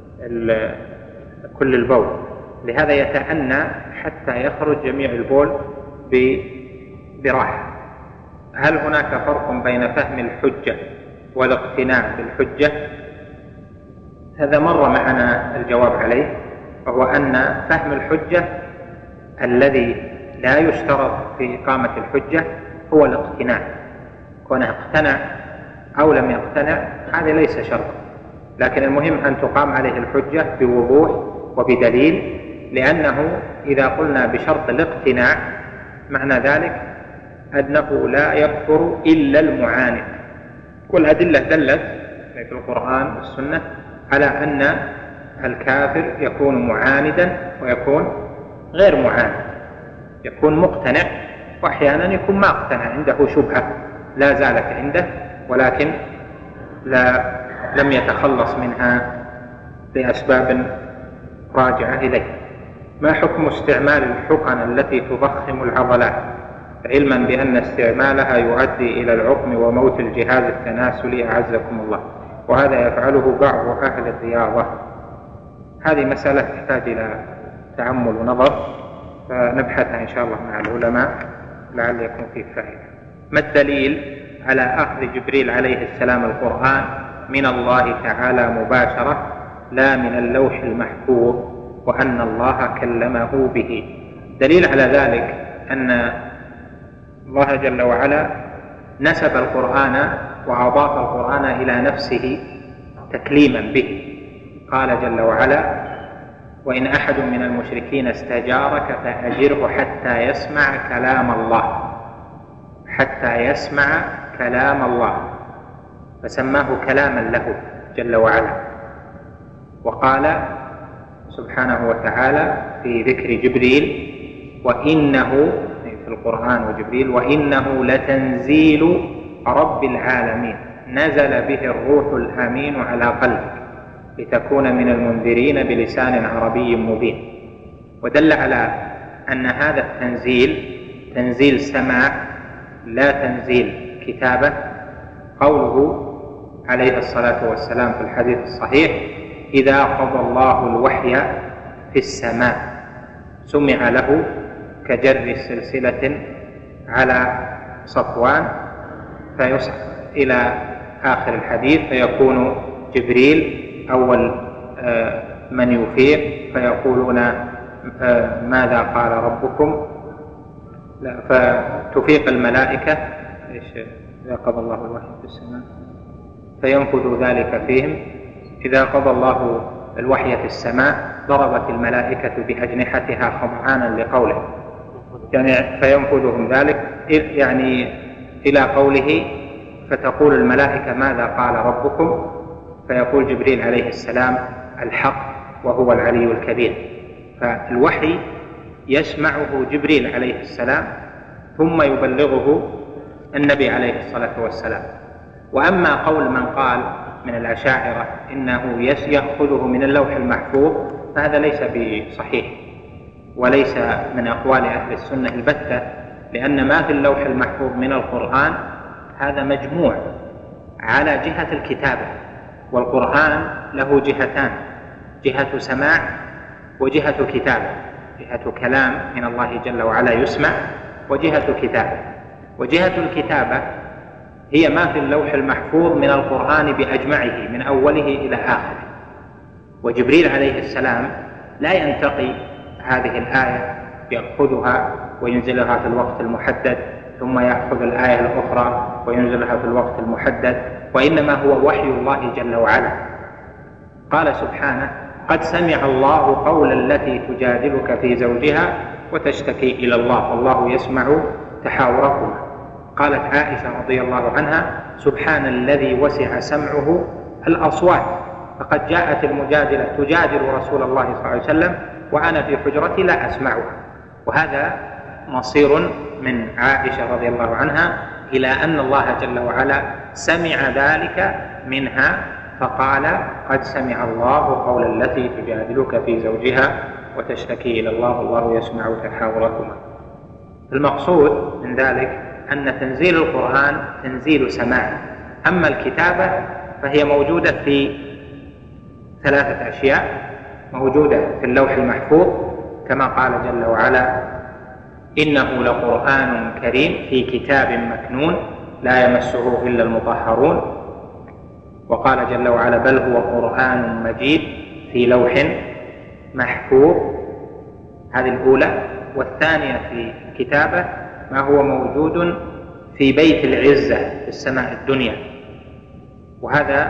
كل البول، لهذا يتأنى حتى يخرج جميع البول براحة. هل هناك فرق بين فهم الحجة والاقتناع بالحجة؟ هذا مر معنا الجواب عليه، وهو أن فهم الحجة الذي لا يشترط في إقامة الحجة هو الاقتناع. كونه اقتنع أو لم يقتنع هذا ليس شرط، لكن المهم أن تقام عليه الحجة بوضوح وبدليل، لأنه إذا قلنا بشرط الاقتناع معنى ذلك أنه لا يكفر إلا المعاند. والأدلة دلت في القرآن والسنة على أن الكافر يكون معاندا ويكون غير معاند، يكون مقتنع وأحيانا يكون ما اقتنع، عنده شبهة لا زالت عنده ولكن لا لم يتخلص منها لأسباب راجعة إليه. ما حكم استعمال الحقن التي تضخم العضلات، علما بأن استعمالها يؤدي إلى العقم وموت الجهاز التناسلي أعزكم الله، وهذا يفعله بعض أهل الرياضة؟ هذه مسألة تحتاج إلى تأمل ونظر، فنبحثها إن شاء الله مع العلماء لعل يكون فيه فائدة. ما الدليل على أخذ جبريل عليه السلام القرآن من الله تعالى مباشرة لا من اللوح المحفوظ وأن الله كلمه به؟ دليل على ذلك أن الله جل وعلا نسب القرآن وأضاف القرآن إلى نفسه تكليما به. قال جل وعلا: وإن أحد من المشركين استجارك فأجره حتى يسمع كلام الله، حتى يسمع كلام الله، فسماه كلاما له جل وعلا. وقال سبحانه وتعالى في ذكر جبريل: وإنه في القرآن وجبريل: وإنه لتنزيل رب العالمين نزل به الروح الأمين على قلبك لتكون من المنذرين بلسان عربي مبين. ودل على أن هذا التنزيل تنزيل سماع لا تنزيل كتابة قوله عليه الصلاة والسلام في الحديث الصحيح: إذا قضى الله الوحي في السماء سمع له كجر سلسلة على صفوان، فيصعد إلى آخر الحديث، فيكون جبريل أول من يفيق فيقولون: ماذا قال ربكم؟ فتفيق الملائكة: إذا قضى الله الوحي في السماء، فينفذ ذلك فيهم. إذا قضى الله الوحي في السماء ضربت الملائكة بأجنحتها خضعانا لقوله، يعني فينفذهم ذلك، يعني إلى قوله: فتقول الملائكة ماذا قال ربكم؟ فيقول جبريل عليه السلام: الحق وهو العلي الكبير. فالوحي يسمعه جبريل عليه السلام ثم يبلغه النبي عليه الصلاة والسلام. وأما قول من قال من الأشاعرة إنه يأخذه من اللوح المحفوظ فهذا ليس بصحيح وليس من أقوال أهل السنة البتة، لأن ما في اللوح المحفوظ من القرآن هذا مجموع على جهة الكتابة، والقرآن له جهتان: جهة سماع وجهة كتابة، جهة كلام من الله جل وعلا يسمع، وجهة كتابة. وجهة الكتابة هي ما في اللوح المحفوظ من القرآن بأجمعه من أوله إلى آخره. وجبريل عليه السلام لا ينتقي هذه الآية يأخذها وينزلها في الوقت المحدد ثم يأخذ الآية الأخرى وينزلها في الوقت المحدد، وإنما هو وحي الله جل وعلا. قال سبحانه: قد سمع الله قول التي تجادلك في زوجها وتشتكي إلى الله والله يسمع تحاوركما. قالت عائشة رضي الله عنها: سبحان الذي وسع سمعه الأصوات، فقد جاءت المجادلة تجادل رسول الله صلى الله عليه وسلم وأنا في حجرتي لا أسمعها. وهذا مصير من عائشة رضي الله عنها إلى أن الله جل وعلا سمع ذلك منها فقال: قد سمع الله قول التي تجادلك في زوجها وتشتكي إلى الله والله يسمع تحاوركما. المقصود من ذلك أن تنزيل القرآن تنزيل سماع. أما الكتابة فهي موجودة في ثلاثة أشياء: موجودة في اللوح المحفوظ كما قال جل وعلا: إنه لقرآن كريم في كتاب مكنون لا يمسه إلا المطهرون. وقال جل وعلا: بل هو قرآن مجيد في لوح محفوظ. هذه الأولى. والثانية في الكتابة ما هو موجود في بيت العزة في السماء الدنيا، وهذا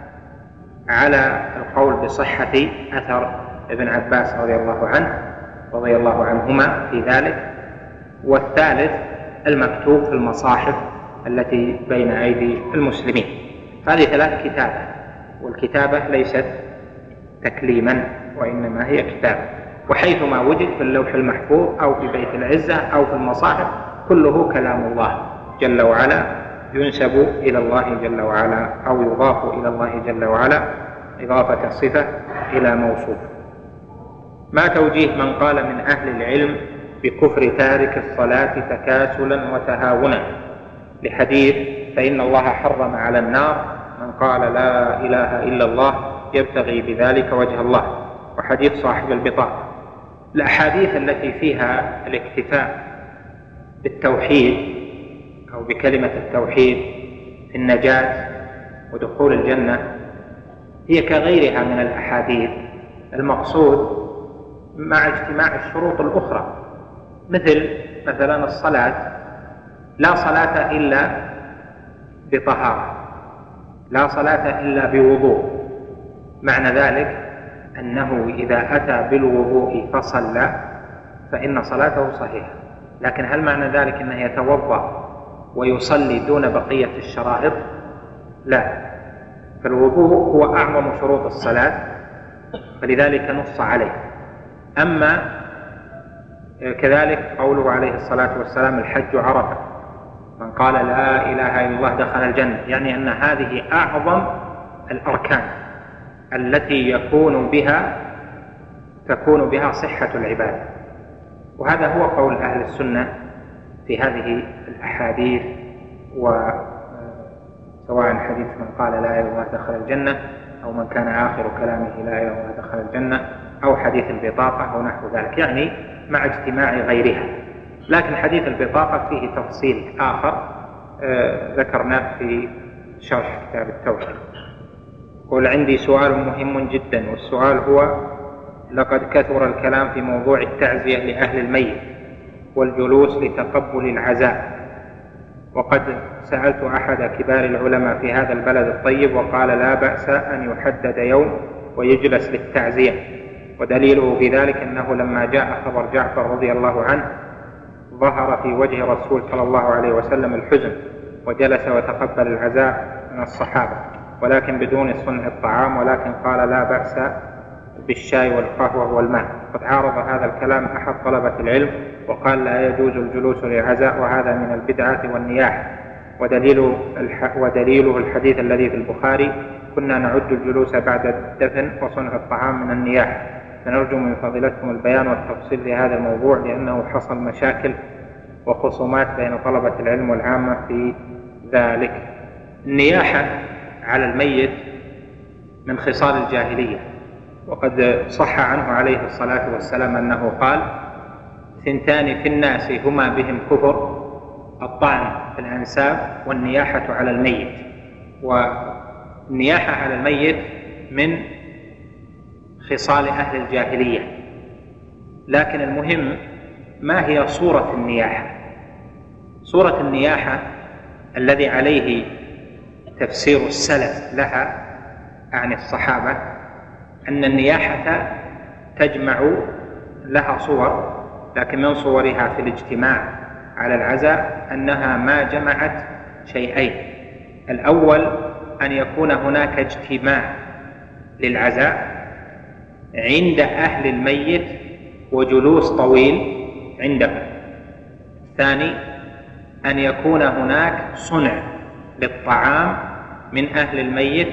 على القول بصحة أثر ابن عباس رضي الله عنه رضي الله عنهما في ذلك. والثالث المكتوب في المصاحف التي بين أيدي المسلمين. هذه ثلاث كتابة، والكتابة ليست تكليما وإنما هي كتابة. وحيثما وجد في اللوح المحفوظ أو في بيت العزة أو في المصاحف كله كلام الله جل وعلا ينسب إلى الله جل وعلا أو يضاف إلى الله جل وعلا إضافة الصفة إلى موصوف. ما توجيه من قال من أهل العلم بكفر تارك الصلاة تكاسلا وتهاونا لحديث: فإن الله حرم على النار من قال لا إله إلا الله يبتغي بذلك وجه الله، وحديث صاحب البطاقة. الأحاديث التي فيها الاكتفاء بالتوحيد أو بكلمة التوحيد في النجاة ودخول الجنة هي كغيرها من الأحاديث المقصود مع اجتماع الشروط الأخرى، مثل مثلا الصلاة، لا صلاة إلا بطهارة، لا صلاة إلا بوضوء، معنى ذلك أنه إذا أتى بالوضوء فصلى فإن صلاته صحيحة. لكن هل معنى ذلك أنه يتوضأ ويصلي دون بقية الشرائط؟ لا، فالوضوء هو أعظم شروط الصلاة، فلذلك نص عليه. أما كذلك قوله عليه الصلاة والسلام الحج عرفة، من قال لا إله إلا الله دخل الجنة، يعني أن هذه أعظم الأركان التي يكون بها تكون بها صحة العبادة. وهذا هو قول أهل السنة في هذه الأحاديث، وسواء حديث من قال لا إله إلا الله دخل الجنة، أو من كان آخر كلامه لا إله إلا الله دخل الجنة، أو حديث البطاقة أو نحو ذلك، يعني مع اجتماع غيرها. لكن حديث البطاقة فيه تفصيل آخر آه ذكرناه في شرح كتاب التوحيد. قل عندي سؤال مهم جدا، والسؤال هو: لقد كثر الكلام في موضوع التعزية لأهل الميت والجلوس لتقبل العزاء، وقد سألت أحد كبار العلماء في هذا البلد الطيب وقال لا بأس أن يحدد يوم ويجلس للتعزية، ودليله في ذلك أنه لما جاء خبر جعفر رضي الله عنه ظهر في وجه الرسول صلى الله عليه وسلم الحزن، وجلس وتقبل العزاء من الصحابة، ولكن بدون صنع الطعام، ولكن قال لا بأس بالشاي والقهوة والماء. قد عارض هذا الكلام أحد طلبة العلم وقال لا يجوز الجلوس للعزاء، وهذا من البدعة والنياح، ودليله, الح... ودليله الحديث الذي في البخاري: كنا نعد الجلوس بعد الدفن وصنع الطعام من النياح. فنرجو من فضيلتكم البيان والتفصيل لهذا الموضوع، لأنه حصل مشاكل وخصومات بين طلبة العلم والعامة في ذلك. النياحة على الميت من خصال الجاهلية، وقد صح عنه عليه الصلاة والسلام أنه قال: ثنتان في الناس هما بهم كفر، الطعن في الأنساب والنياحة على الميت. والنياحة على الميت من خصال أهل الجاهلية، لكن المهم ما هي صورة النياحة. صورة النياحة الذي عليه تفسير السلف لها عن الصحابة أن النياحة تجمع لها صور، لكن من صورها في الاجتماع على العزاء أنها ما جمعت شيئين: الأول أن يكون هناك اجتماع للعزاء عند أهل الميت وجلوس طويل عندهم. الثاني أن يكون هناك صنع للطعام من أهل الميت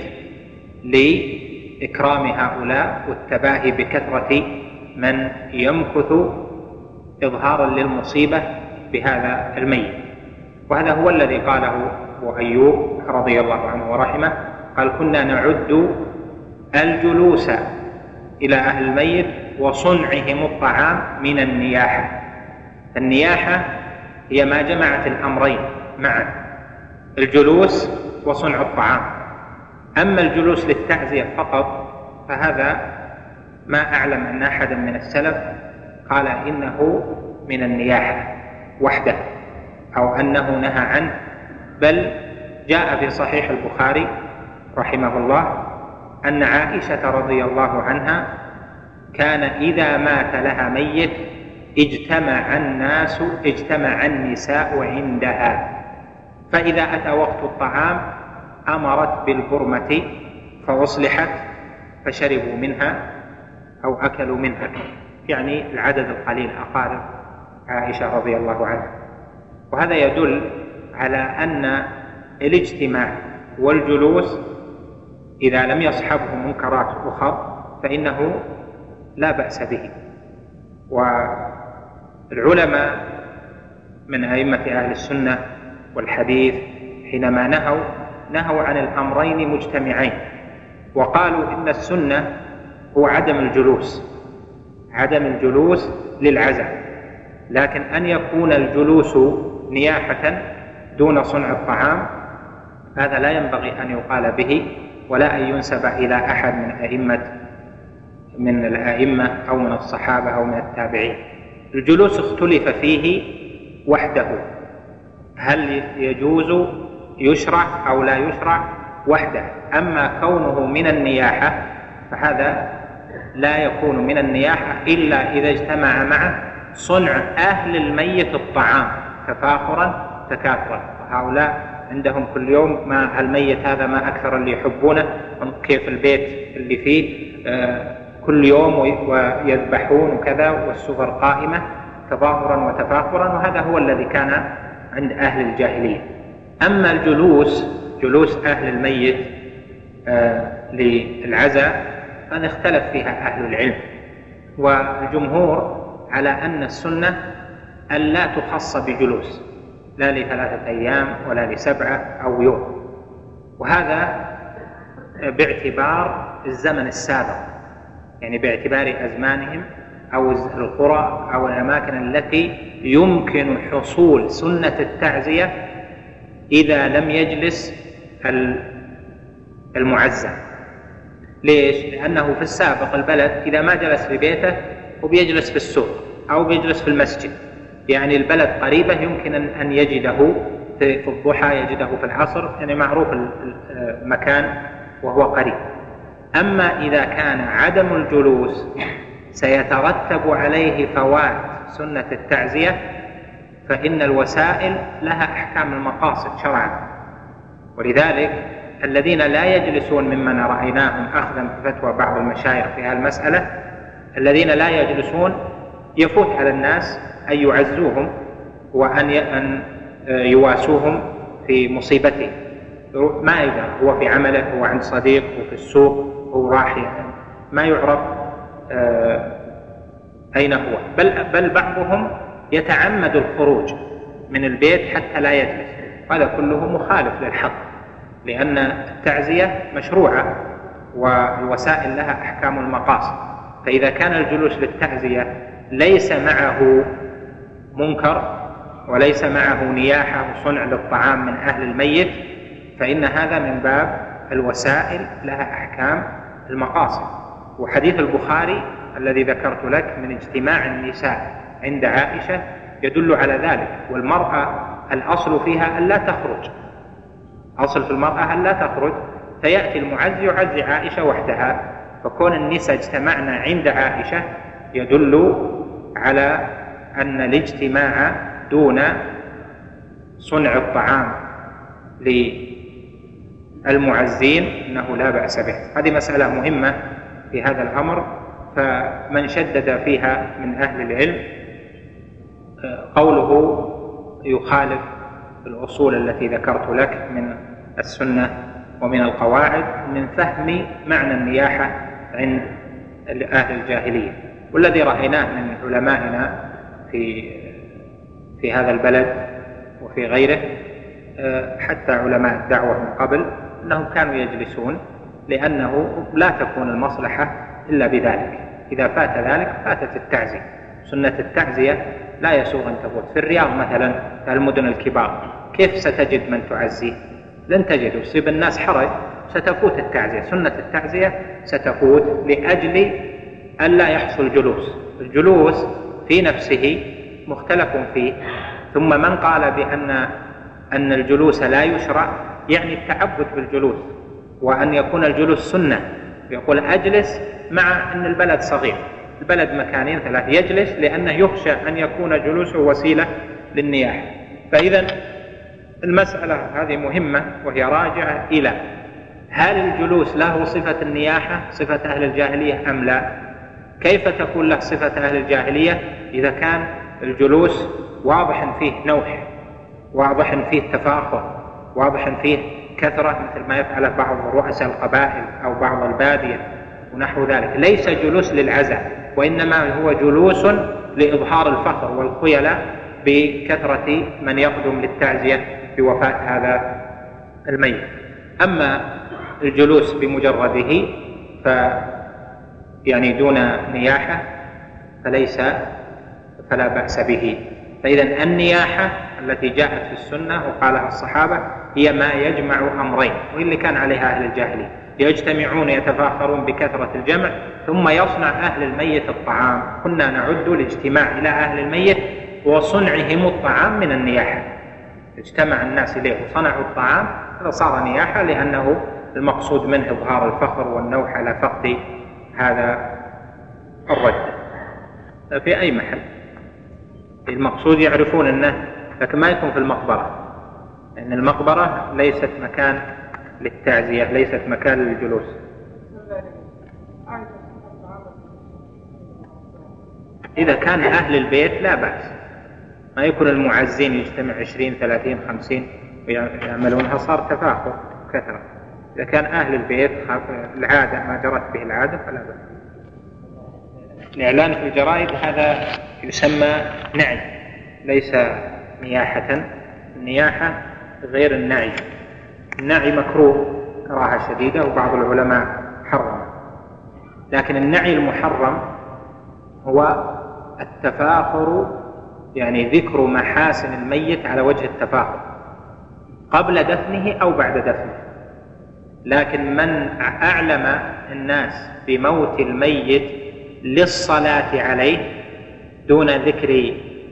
لإكرام هؤلاء والتباهي بكثرة من يمكث إظهارا للمصيبة بهذا الميت. وهذا هو الذي قاله أبو أيوب رضي الله عنه ورحمه، قال: كنا نعد الجلوس إلى أهل الميت وصنعهم الطعام من النياحة. النياحة هي ما جمعت الأمرين معا، الجلوس وصنع الطعام. أما الجلوس للتعزية فقط فهذا ما أعلم أن أحدا من السلف قال إنه من النياحة وحده أو أنه نهى عنه، بل جاء في صحيح البخاري رحمه الله أن عائشة رضي الله عنها كان إذا مات لها ميت اجتمع الناس اجتمع النساء عندها، فإذا أتى وقت الطعام أمرت بالبرمة فأصلحت فشربوا منها أو أكلوا منها، يعني العدد القليل أقارب عائشة رضي الله عنها. وهذا يدل على أن الاجتماع والجلوس إذا لم يصحبه منكرات أخرى فإنه لا بأس به. والعلماء من أئمة أهل السنة والحديث حينما نهوا نهوا عن الأمرين مجتمعين، وقالوا إن السنة هو عدم الجلوس عدم الجلوس للعزاء، لكن أن يكون الجلوس نياحة دون صنع الطعام هذا لا ينبغي أن يقال به ولا أن ينسب إلى أحد من أئمة من الأئمة أو من الصحابة أو من التابعين. الجلوس اختلف فيه وحده، هل يجوز يشرع أو لا يشرع وحده. أما كونه من النياحة فهذا لا يكون من النياحة إلا إذا اجتمع معه صنع أهل الميت الطعام تفاخرا تكاثرا، وهؤلاء عندهم كل يوم ما الميت هذا ما أكثر اللي يحبونه، كيف البيت اللي فيه كل يوم ويذبحون وكذا والسفر قائمة تظاهرا وتفاخرا، وهذا هو الذي كان عند أهل الجاهلية. أما الجلوس جلوس أهل الميت للعزاء فقد اختلف فيها أهل العلم، والجمهور على أن السنة أن لا تخص بجلوس لا لثلاثة أيام ولا لسبعة أو يوم، وهذا باعتبار الزمن السابق، يعني باعتبار أزمانهم أو القرى أو الأماكن التي يمكن حصول سنة التعزية إذا لم يجلس المعزى. ليش؟ لأنه في السابق البلد إذا ما جلس في بيته وبيجلس في السوق أو بيجلس في المسجد، يعني البلد قريبة يمكن أن يجده في الضحى، يجده في العصر، يعني معروف المكان وهو قريب. أما إذا كان عدم الجلوس سيترتب عليه فوات سنة التعزية فإن الوسائل لها أحكام المقاصد شرعا، ولذلك الذين لا يجلسون ممن رأيناهم أخذا بفتوى بعض المشايخ في هالمسألة، الذين لا يجلسون يفوت على الناس أن يعزوهم وأن يواسوهم في مصيبته، ما إذا هو في عمله، هو عند صديق، هو في السوق، هو راح، ما يعرف أين هو، بل, بل بعضهم يتعمد الخروج من البيت حتى لا يجلس، هذا كله مخالف للحق، لأن التعزية مشروعة والوسائل لها أحكام المقاصد. فإذا كان الجلوس للتعزية ليس معه منكر وليس معه نياحة وصنع للطعام من أهل الميت فإن هذا من باب الوسائل لها أحكام المقاصد. وحديث البخاري الذي ذكرت لك من اجتماع النساء عند عائشة يدل على ذلك، والمرأة الأصل فيها أن لا تخرج، أصل في المرأة أن لا تخرج، فيأتي المعزي يعزي عائشة وحدها، فكون النساء اجتمعنا عند عائشة يدل على أن الاجتماع دون صنع الطعام للمعزين أنه لا بأس به. هذه مسألة مهمة في هذا الأمر، فمن شدد فيها من أهل العلم قوله يخالف الأصول التي ذكرت لك من السنة ومن القواعد من فهم معنى النياحة عند أهل الجاهلية. والذي رأيناه من علمائنا في في هذا البلد وفي غيره حتى علماء الدعوة من قبل أنهم كانوا يجلسون، لأنه لا تكون المصلحة إلا بذلك، إذا فات ذلك فاتت التعزية. سنة التعزية لا يسوغ أن تفوت. في الرياض مثلا في المدن الكبار كيف ستجد من تعزيه؟ لن تجد، يصيب الناس حرج، ستفوت التعزية. سنة التعزية ستفوت لأجل ألا يحصل جلوس. الجلوس في نفسه مختلف فيه، ثم من قال بأن أن الجلوس لا يشرع يعني التعبد بالجلوس، وأن يكون الجلوس سنة، يقول أجلس مع أن البلد صغير، البلد مكانين ثلاث، يجلس لأنه يخشى أن يكون جلوسه وسيلة للنياحة. فإذا المسألة هذه مهمة، وهي راجعة إلى هل الجلوس له صفة النياحة صفة أهل الجاهلية أم لا؟ كيف تكون له صفة أهل الجاهلية إذا كان الجلوس واضح فيه نوح، واضح فيه تفاخر، واضح فيه كثرة مثل ما يفعل بعض رؤساء القبائل أو بعض البادية ونحو ذلك، ليس جلوس للعزاء، وإنما هو جلوس لإظهار الفخر والخيلاء بكثرة من يقدم للتعزية بوفاة هذا الميت. أما الجلوس بمجرده يعني دون نياحة فليس فلا بأس به. فإذا النياحة التي جاءت في السنة وقالها الصحابة هي ما يجمع أمرين، واللي كان عليها أهل الجاهلية، يجتمعون يتفاخرون بكثرة الجمع، ثم يصنع أهل الميت الطعام. كنا نعد الاجتماع إلى أهل الميت وصنعهم الطعام من النياحة، اجتمع الناس إليه وصنعوا الطعام، هذا صار نياحة، لأنه المقصود منه إظهار الفخر والنوح على فقد هذا الرد في أي محل. المقصود يعرفون أنه، لكن ما يكون في المقبرة، لأن المقبرة ليست مكان للتعزية، ليست مكان للجلوس. إذا كان أهل البيت لا بأس، ما يكون المعزين يجتمع عشرين ثلاثين خمسين ويعملونها، صار تفاخر كثرة. إذا كان أهل البيت العادة ما جرت به العادة فلا بأس. الإعلان في الجرائد هذا يسمى نعي، ليس نياحة. النياحة غير النعي. النعي مكروه كراهة شديدة وبعض العلماء حرم، لكن النعي المحرم هو التفاخر، يعني ذكر محاسن الميت على وجه التفاخر قبل دفنه أو بعد دفنه. لكن من أعلم الناس بموت الميت للصلاة عليه دون ذكر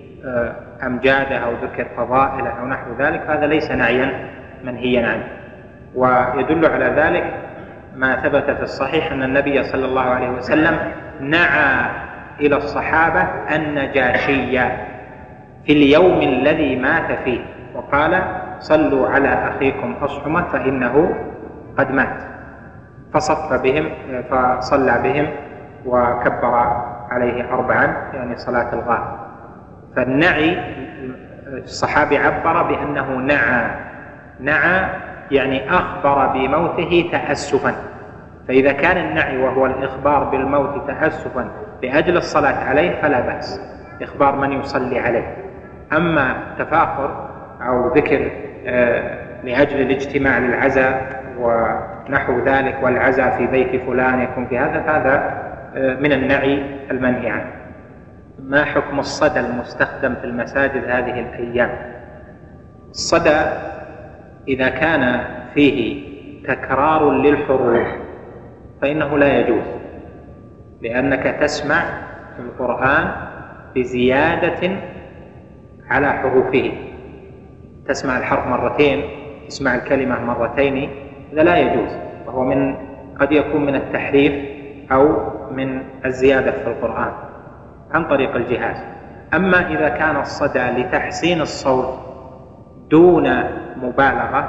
أمجاده أو ذكر فضائله أو نحو ذلك، هذا ليس نعيا منهيا عنه. ويدل على ذلك ما ثبت في الصحيح أن النبي صلى الله عليه وسلم نعى إلى الصحابة النجاشية في اليوم الذي مات فيه، وقال: صلوا على أخيكم أصحمة فإنه قد مات. فصف بهم، فصلى بهم وكبر عليه أربعا، يعني صلاة الغائب. فالنعي الصحابي عبر بأنه نعى، نعى يعني أخبر بموته تأسفا. فإذا كان النعي وهو الإخبار بالموت تأسفا لأجل الصلاة عليه فلا بأس، إخبار من يصلي عليه. أما تفاخر أو ذكر لأجل الاجتماع للعزاء ونحو ذلك، والعزاء في بيت فلان يكون في هذا، هذا من النعي المنهي عنه. ما حكم الصدى المستخدم في المساجد هذه الأيام؟ الصدى إذا كان فيه تكرار للحروف فإنه لا يجوز، لأنك تسمع في القرآن بزيادة على حروفه. تسمع الحرف مرتين، تسمع الكلمة مرتين، هذا لا يجوز، وهو من قد يكون من التحريف أو من الزيادة في القرآن عن طريق الجهاز. أما إذا كان الصدى لتحسين الصوت دون مبالغة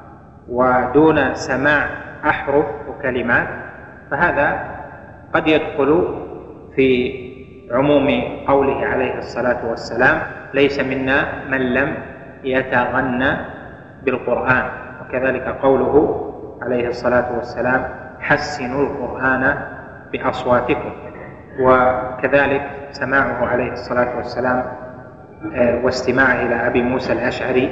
ودون سماع أحرف وكلمات، فهذا قد يدخل في عموم قوله عليه الصلاة والسلام: ليس منا من لم يتغنى بالقرآن. وكذلك قوله عليه الصلاة والسلام: حسنوا القرآن بأصواتكم. وكذلك سماعه عليه الصلاة والسلام واستماعه إلى أبي موسى الأشعري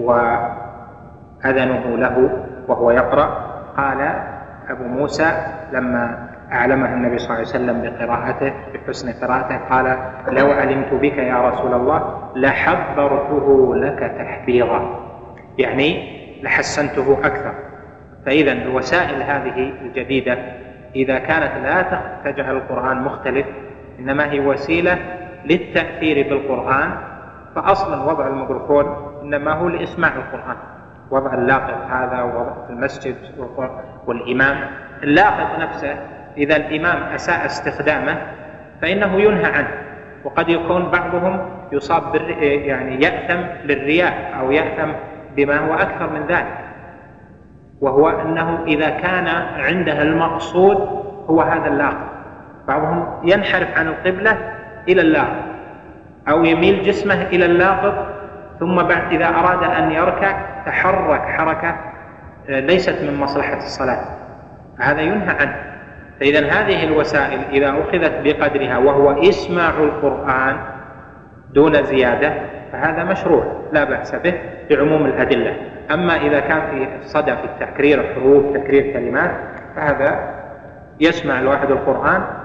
وأذنه له وهو يقرأ. قال أبو موسى لما أعلمه النبي صلى الله عليه وسلم بقراءته، بحسن قراءته، قال: لو علمت بك يا رسول الله لحبرته لك تحبيرا، يعني لحسنته أكثر. فإذا الوسائل هذه الجديدة إذا كانت لا تجعل القرآن مختلف، إنما هي وسيلة للتأثير بالقرآن. فأصلا وضع الميكروفون إنما هو لإسماع القرآن، وضع اللاقط هذا ووضع في المسجد والإمام. اللاقط نفسه إذا الإمام أساء استخدامه فإنه ينهى عنه، وقد يكون بعضهم يصاب يعني يأثم للرياء أو يأثم بما هو أكثر من ذلك، وهو أنه إذا كان عنده المقصود هو هذا اللاقط، بعضهم ينحرف عن القبلة إلى اللاقط أو يميل جسمه إلى اللاقط، ثم بعد إذا أراد أن يركع تحرك حركة ليست من مصلحة الصلاة، هذا ينهى عنه. فإذا هذه الوسائل إذا أخذت بقدرها وهو إسماع القرآن دون زيادة فهذا مشروع لا بأس به بعموم الأدلة. أما إذا كان في صدى في التكرير حروف تكرير كلمات فهذا يسمع الواحد القرآن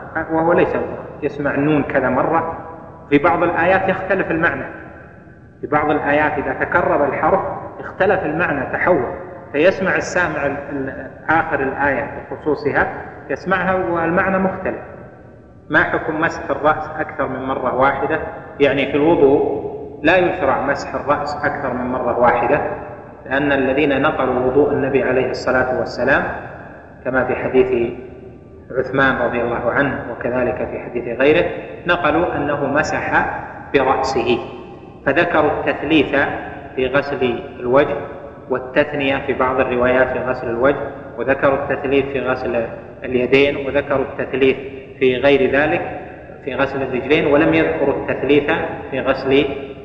وهو ليس القرآن، يسمع النون كذا مرة. في بعض الآيات يختلف المعنى، في بعض الآيات إذا تكرر الحرف اختلف المعنى تحول، فيسمع السامع آخر الآية بخصوصها يسمعها والمعنى مختلف. ما حكم مسح الرأس أكثر من مرة واحدة؟ يعني في الوضوء لا يشرع مسح الرأس أكثر من مرة واحدة، لأن الذين نقلوا وضوء النبي عليه الصلاة والسلام كما في حديث عثمان رضي الله عنه وكذلك في حديث غيره نقلوا أنه مسح برأسه، فذكروا التثليث في غسل الوجه والتثنية في بعض الروايات في غسل الوجه، وذكروا التثليث في غسل اليدين، وذكروا التثليث في غير ذلك في غسل الرجلين، ولم يذكروا التثليث في غسل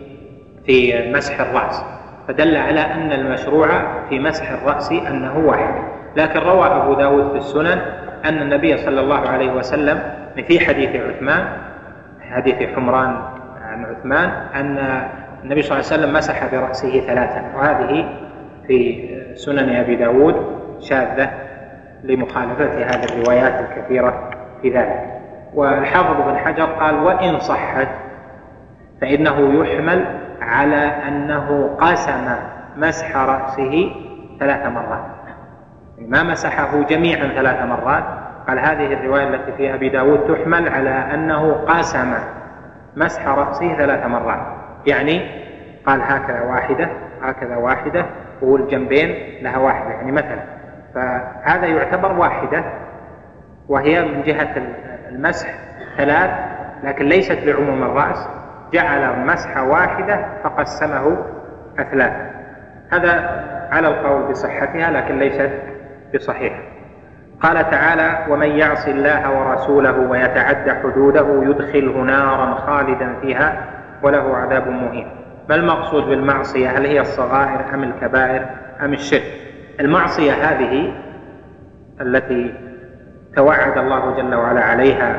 في مسح الرأس، فدل على أن المشروع في مسح الرأس أنه واحد. لكن روى أبو داود في السنن أن النبي صلى الله عليه وسلم في حديث عثمان حديث حمران عن عثمان أن النبي صلى الله عليه وسلم مسح برأسه ثلاثا، وهذه في سنن أبي داود شاذة لمخالفة هذه الروايات الكثيرة في ذلك. والحافظ بن حجر قال وإن صحت فإنه يحمل على أنه قسم مسح رأسه ثلاث مرات، ما مسحه جميعا ثلاث مرات. قال هذه الرواية التي في أبي داود تحمل على أنه قسم مسح رأسه ثلاث مرات، يعني قال هكذا واحدة هكذا واحدة والجنبين لها واحدة، يعني مثلا فهذا يعتبر واحدة، وهي من جهة المسح ثلاث لكن ليست لعموم الرأس، جعل مسحة واحدة فقسمه أثلاثا. هذا على القول بصحتها لكن ليست بصحيحة. قال تعالى ومن يعص الله ورسوله ويتعد حدوده يدخله نارا خالدا فيها وله عذاب مهين. ما المقصود بالمعصية؟ هل هي الصغائر أم الكبائر أم الشرك؟ المعصية هذه التي توعد الله جل وعلا عليها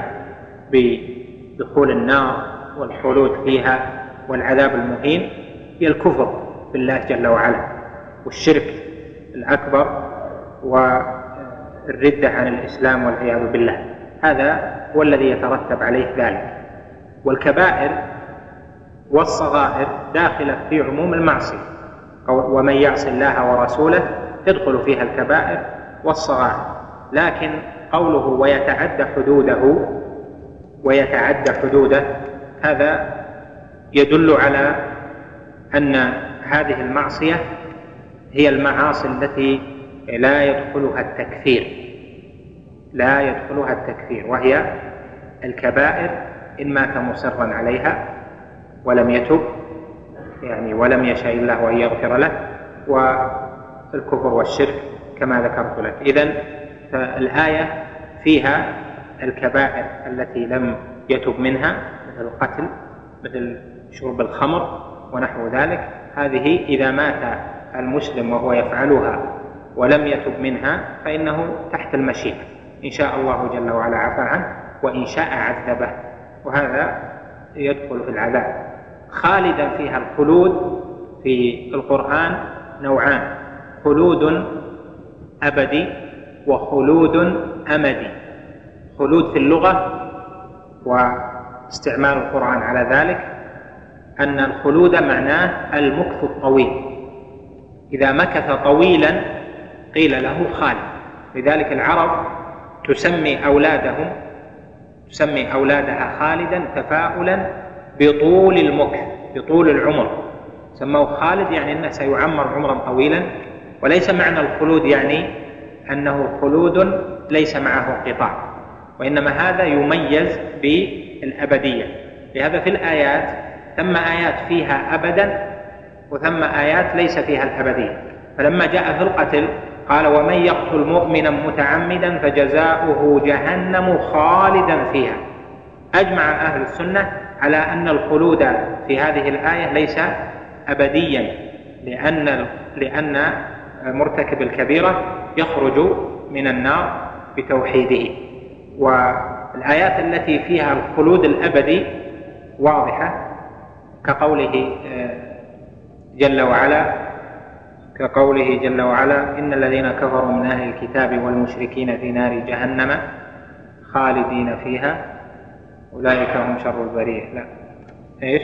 بدخول النار والخلود فيها والعذاب المهين هي الكفر بالله جل وعلا والشرك الأكبر والردة عن الإسلام والعياذ بالله، هذا هو الذي يترتب عليه ذلك. والكبائر والصغائر داخلة في عموم المعصية، ومن يعص الله ورسوله يدخل فيها الكبائر والصغائر. لكن قوله ويتعدى حدوده ويتعدى حدوده هذا يدل على أن هذه المعصية هي المعاصي التي لا يدخلها التكفير لا يدخلها التكفير وهي الكبائر إن مات مصرا عليها ولم يتب يعني ولم يشاء الله أن يغفر له، والكفر والشرك كما ذكرت لك. إذن فالآية فيها الكبائر التي لم يتب منها مثل القتل مثل شرب الخمر ونحو ذلك، هذه إذا مات المسلم وهو يفعلها ولم يتب منها فإنه تحت المشيئة، إن شاء الله جل وعلا عفى عنه وإن شاء عذبه، وهذا يدخل في العذاب. خالدا فيها الخلود في القرآن نوعان، خلود أبدي وخلود أمدي. خلود في اللغة واستعمال القرآن على ذلك أن الخلود معناه المكث الطويل، إذا مكث طويلا قيل له خالد. لذلك العرب تسمي أولادهم تسمي أولادها خالدا تفاؤلا بطول المكث بطول العمر، سموه خالد يعني أنه سيعمر عمرا طويلا، وليس معنى الخلود يعني أنه خلود ليس معه انقطاع، وإنما هذا يميز بالأبدية. لهذا في الآيات ثم آيات فيها أبدا وثم آيات ليس فيها الأبدية. فلما جاء في القتل قال ومن يقتل مؤمنا متعمدا فجزاؤه جهنم خالدا فيها. أجمع أهل السنة على أن الخلود في هذه الآية ليس أبديا، لأن لأن مرتكب الكبيرة يخرج من النار بتوحيده. والآيات التي فيها الخلود الأبدي واضحة كقوله جل وعلا كقوله جل وعلا إن الذين كفروا من أهل الكتاب والمشركين في نار جهنم خالدين فيها أولئك هم شر البرية. لا، إيش؟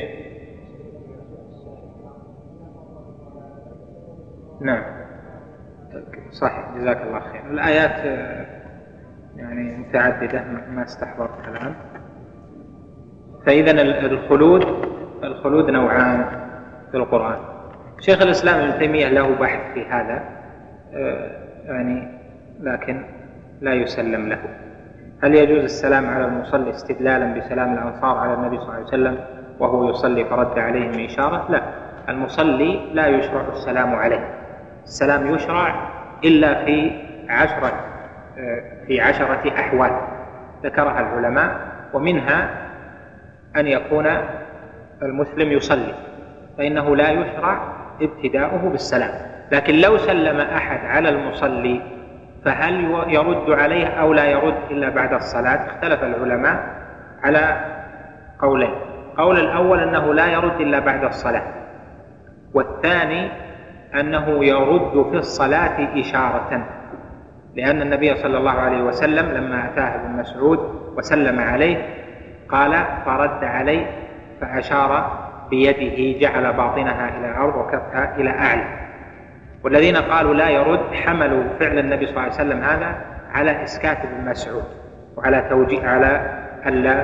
نعم صحيح، جزاك الله خير. الآيات يعني متعددة ما استحضرت الآن. فإذا الخلود الخلود نوعان في القرآن. شيخ الإسلام ابن تيمية له بحث في هذا يعني، لكن لا يسلم له. هل يجوز السلام على المصلي استدلالا بسلام الأنصار على النبي صلى الله عليه وسلم وهو يصلي فرد عليهم بإشارة؟ لا، المصلي لا يشرع السلام عليه. السلام يشرع إلا في عشرة في عشرة أحوال ذكرها العلماء، ومنها أن يكون المسلم يصلي فإنه لا يشرع ابتداؤه بالسلام. لكن لو سلم أحد على المصلي فهل يرد عليه أو لا يرد إلا بعد الصلاة؟ اختلف العلماء على قولين. قول الأول أنه لا يرد إلا بعد الصلاة، والثاني أنه يرد في الصلاة إشارة، لأن النبي صلى الله عليه وسلم لما أتاه ابن مسعود وسلم عليه قال فرد عليه فأشار بيده جعل باطنها إلى الأرض وكفها إلى أعلى. والذين قالوا لا يرد حملوا فعل النبي صلى الله عليه وسلم هذا على إسكات ابن مسعود وعلى توجيه على ألا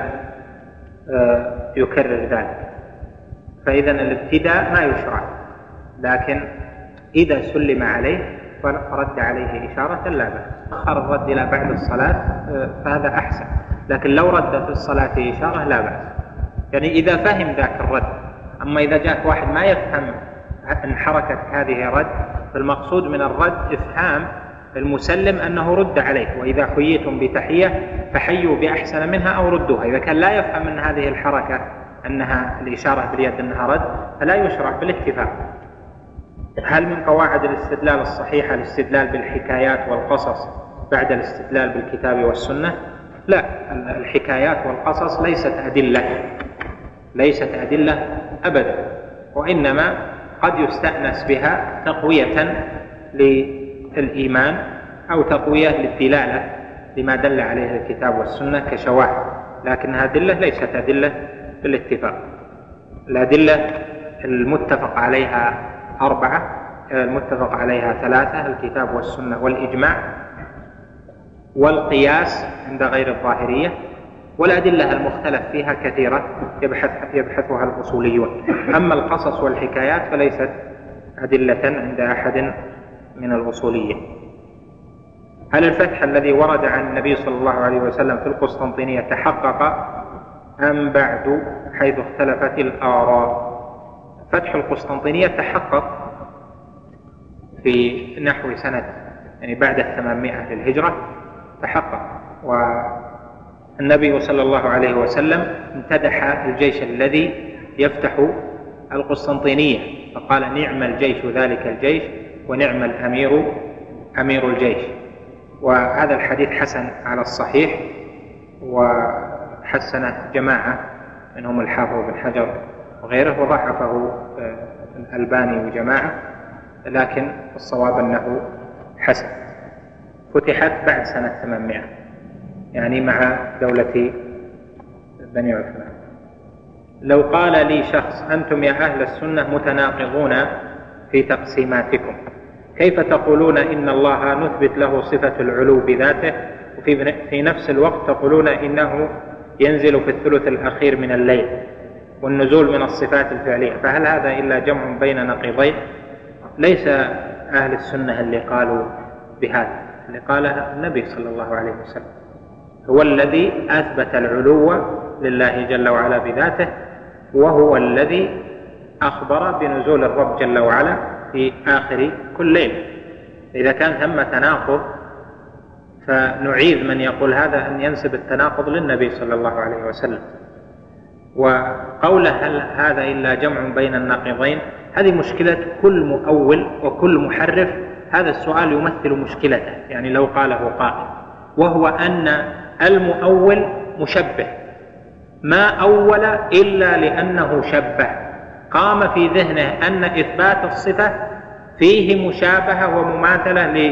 يكرر ذلك. فإذا الابتداء ما يشرع، لكن إذا سلم عليه فرد عليه إشارة لا بأس. أخر الرد إلى بعد الصلاة فهذا أحسن، لكن لو رد في الصلاة إشارة لا بأس، يعني إذا فهم ذاك الرد. أما إذا جاء واحد ما يفهم أن حركة هذه رد، فالمقصود من الرد إفهام المسلم أنه رد عليه، وإذا حييتم بتحية فحيوا بأحسن منها أو ردوها. إذا كان لا يفهم من هذه الحركة أنها الإشارة باليد أنها رد فلا يشرع بالاتفاق. هل من قواعد الاستدلال الصحيحة الاستدلال بالحكايات والقصص بعد الاستدلال بالكتاب والسنة؟ لا، الحكايات والقصص ليست أدلة ليست أدلة أبدا، وإنما قد يستأنس بها تقوية للإيمان أو تقوية للدلالة لما دل عليه الكتاب والسنة كشواهد، لكنها أدلة ليست أدلة بالاتفاق. الأدلة المتفق عليها أربعة، المتفق عليها ثلاثة: الكتاب والسنة والإجماع والقياس عند غير الظاهرية. والأدلة المختلف فيها كثيرة يبحث يبحثها الأصوليون. أما القصص والحكايات فليست أدلة عند أحد من الأصوليين. هل الفتح الذي ورد عن النبي صلى الله عليه وسلم في القسطنطينية تحقق أم بعد حيث اختلفت الآراء؟ فتح القسطنطينية تحقق في نحو سنة يعني بعد الثمانمائة للهجرة تحقق، والنبي صلى الله عليه وسلم امتدح الجيش الذي يفتح القسطنطينية فقال: نعم الجيش ذلك الجيش ونعم الأمير أمير الجيش. وهذا الحديث حسن على الصحيح، وحسنه جماعة منهم الحافظ بن حجر وغيره، وضعفه الألباني وجماعة، لكن الصواب أنه حسن. فتحت بعد سنة ثمانمائة يعني مع دولة بني عثمان. لو قال لي شخص: أنتم يا أهل السنة متناقضون في تقسيماتكم، كيف تقولون إن الله نثبت له صفة العلو بذاته وفي في نفس الوقت تقولون إنه ينزل في الثلث الأخير من الليل والنزول من الصفات الفعلية؟ فهل هذا إلا جمع بين نقيضين؟ ليس أهل السنة اللي قالوا بهذا، اللي قاله النبي صلى الله عليه وسلم، هو الذي أثبت العلو لله جل وعلا بذاته، وهو الذي أخبر بنزول الرب جل وعلا في آخر كل ليلة. إذا كان ثم تناقض فنعيذ من يقول هذا أن ينسب التناقض للنبي صلى الله عليه وسلم. وقوله هل هذا إلا جمع بين الناقضين، هذه مشكلة كل مؤول وكل محرف. هذا السؤال يمثل مشكلته، يعني لو قاله قائل، وهو أن المؤول مشبه ما أول إلا لأنه شبه، قام في ذهنه أن إثبات الصفة فيه مشابهة ومماثلة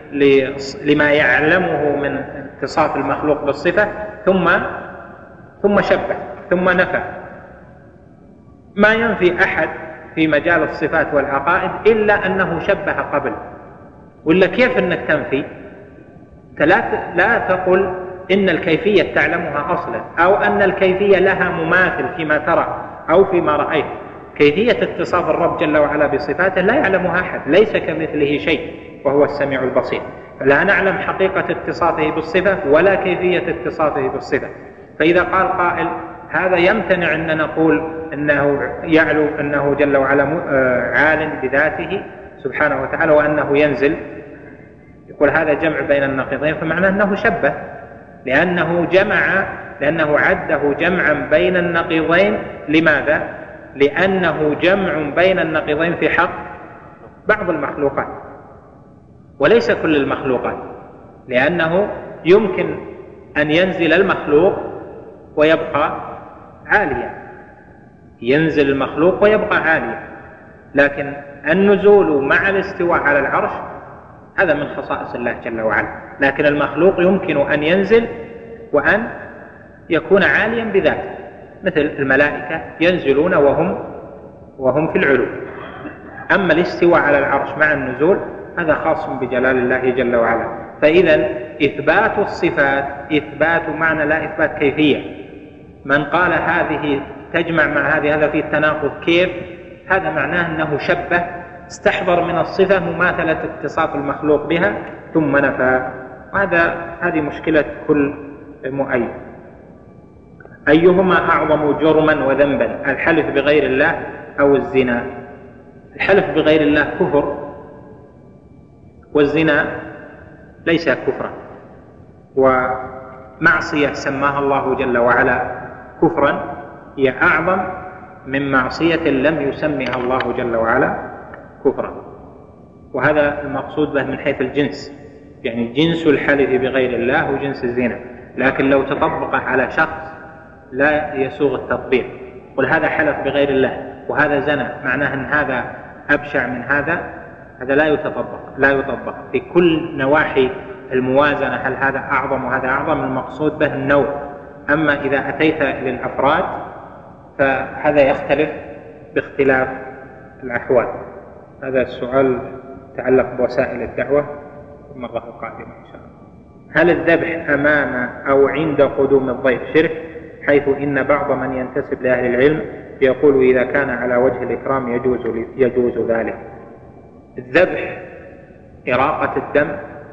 لما يعلمه من اتصاف المخلوق بالصفة ثم ثم شبه ثم نفى. ما ينفي أحد في مجال الصفات والعقائد إلا أنه شبه قبل، ولا كيف أنك تنفي؟ لا لا تقل إن الكيفية تعلمها أصلا، أو أن الكيفية لها مماثل فيما ترى أو فيما رأيت. كيفية اتصاف الرب جل وعلا بصفاته لا يعلمها أحد، ليس كمثله شيء وهو السميع البصير، فلا نعلم حقيقة اتصافه بالصفة ولا كيفية اتصافه بالصفة. فإذا قال قائل هذا يمتنع أن نقول أنه يعلو، أنه جل وعلا عال بذاته سبحانه وتعالى وأنه ينزل، يقول هذا جمع بين النقيضين، فمعناه أنه شبه، لأنه جمع لأنه عده جمعا بين النقيضين. لماذا؟ لأنه جمع بين النقيضين في حق بعض المخلوقات وليس كل المخلوقات، لأنه يمكن أن ينزل المخلوق ويبقى عاليا، ينزل المخلوق ويبقى عاليا، لكن النزول مع الاستواء على العرش هذا من خصائص الله جل وعلا. لكن المخلوق يمكن أن ينزل وأن يكون عاليا بذاته، مثل الملائكة ينزلون وهم وهم في العلو. أما الاستواء على العرش مع النزول هذا خاص بجلال الله جل وعلا. فإذا إثبات الصفات إثبات معنى لا إثبات كيفية. من قال هذه تجمع مع هذه هذا فيه التناقض كيف، هذا معناه أنه شبه، استحضر من الصفة مماثلة اتصاف المخلوق بها ثم نفى. وهذا هذه مشكلة كل مؤيد. أيهما أعظم جرما وذنبا، الحلف بغير الله أو الزنا؟ الحلف بغير الله كفر، والزنا ليس كفرا، ومعصية سماها الله جل وعلا كفرا هي أعظم من معصية لم يسمها الله جل وعلا كفرا. وهذا المقصود به من حيث الجنس، يعني جنس الحلف بغير الله وجنس الزنا. لكن لو تطبق على شخص لا يسوغ التطبيق، قل هذا حلف بغير الله وهذا زنا، معناه أن هذا أبشع من هذا، هذا لا يتطبق لا يطبق في كل نواحي الموازنة. هل هذا أعظم وهذا أعظم؟ المقصود به النوع. أما إذا أتيت للأفراد فهذا يختلف باختلاف الأحوال. هذا السؤال يتعلق بوسائل الدعوة مرة قادمة إن شاء الله. هل الذبح أمام أو عند قدوم الضيف شرك؟ حيث إن بعض من ينتسب لأهل العلم يقول إذا كان على وجه الإكرام يجوز, يجوز ذلك. الذبح إراقة الدم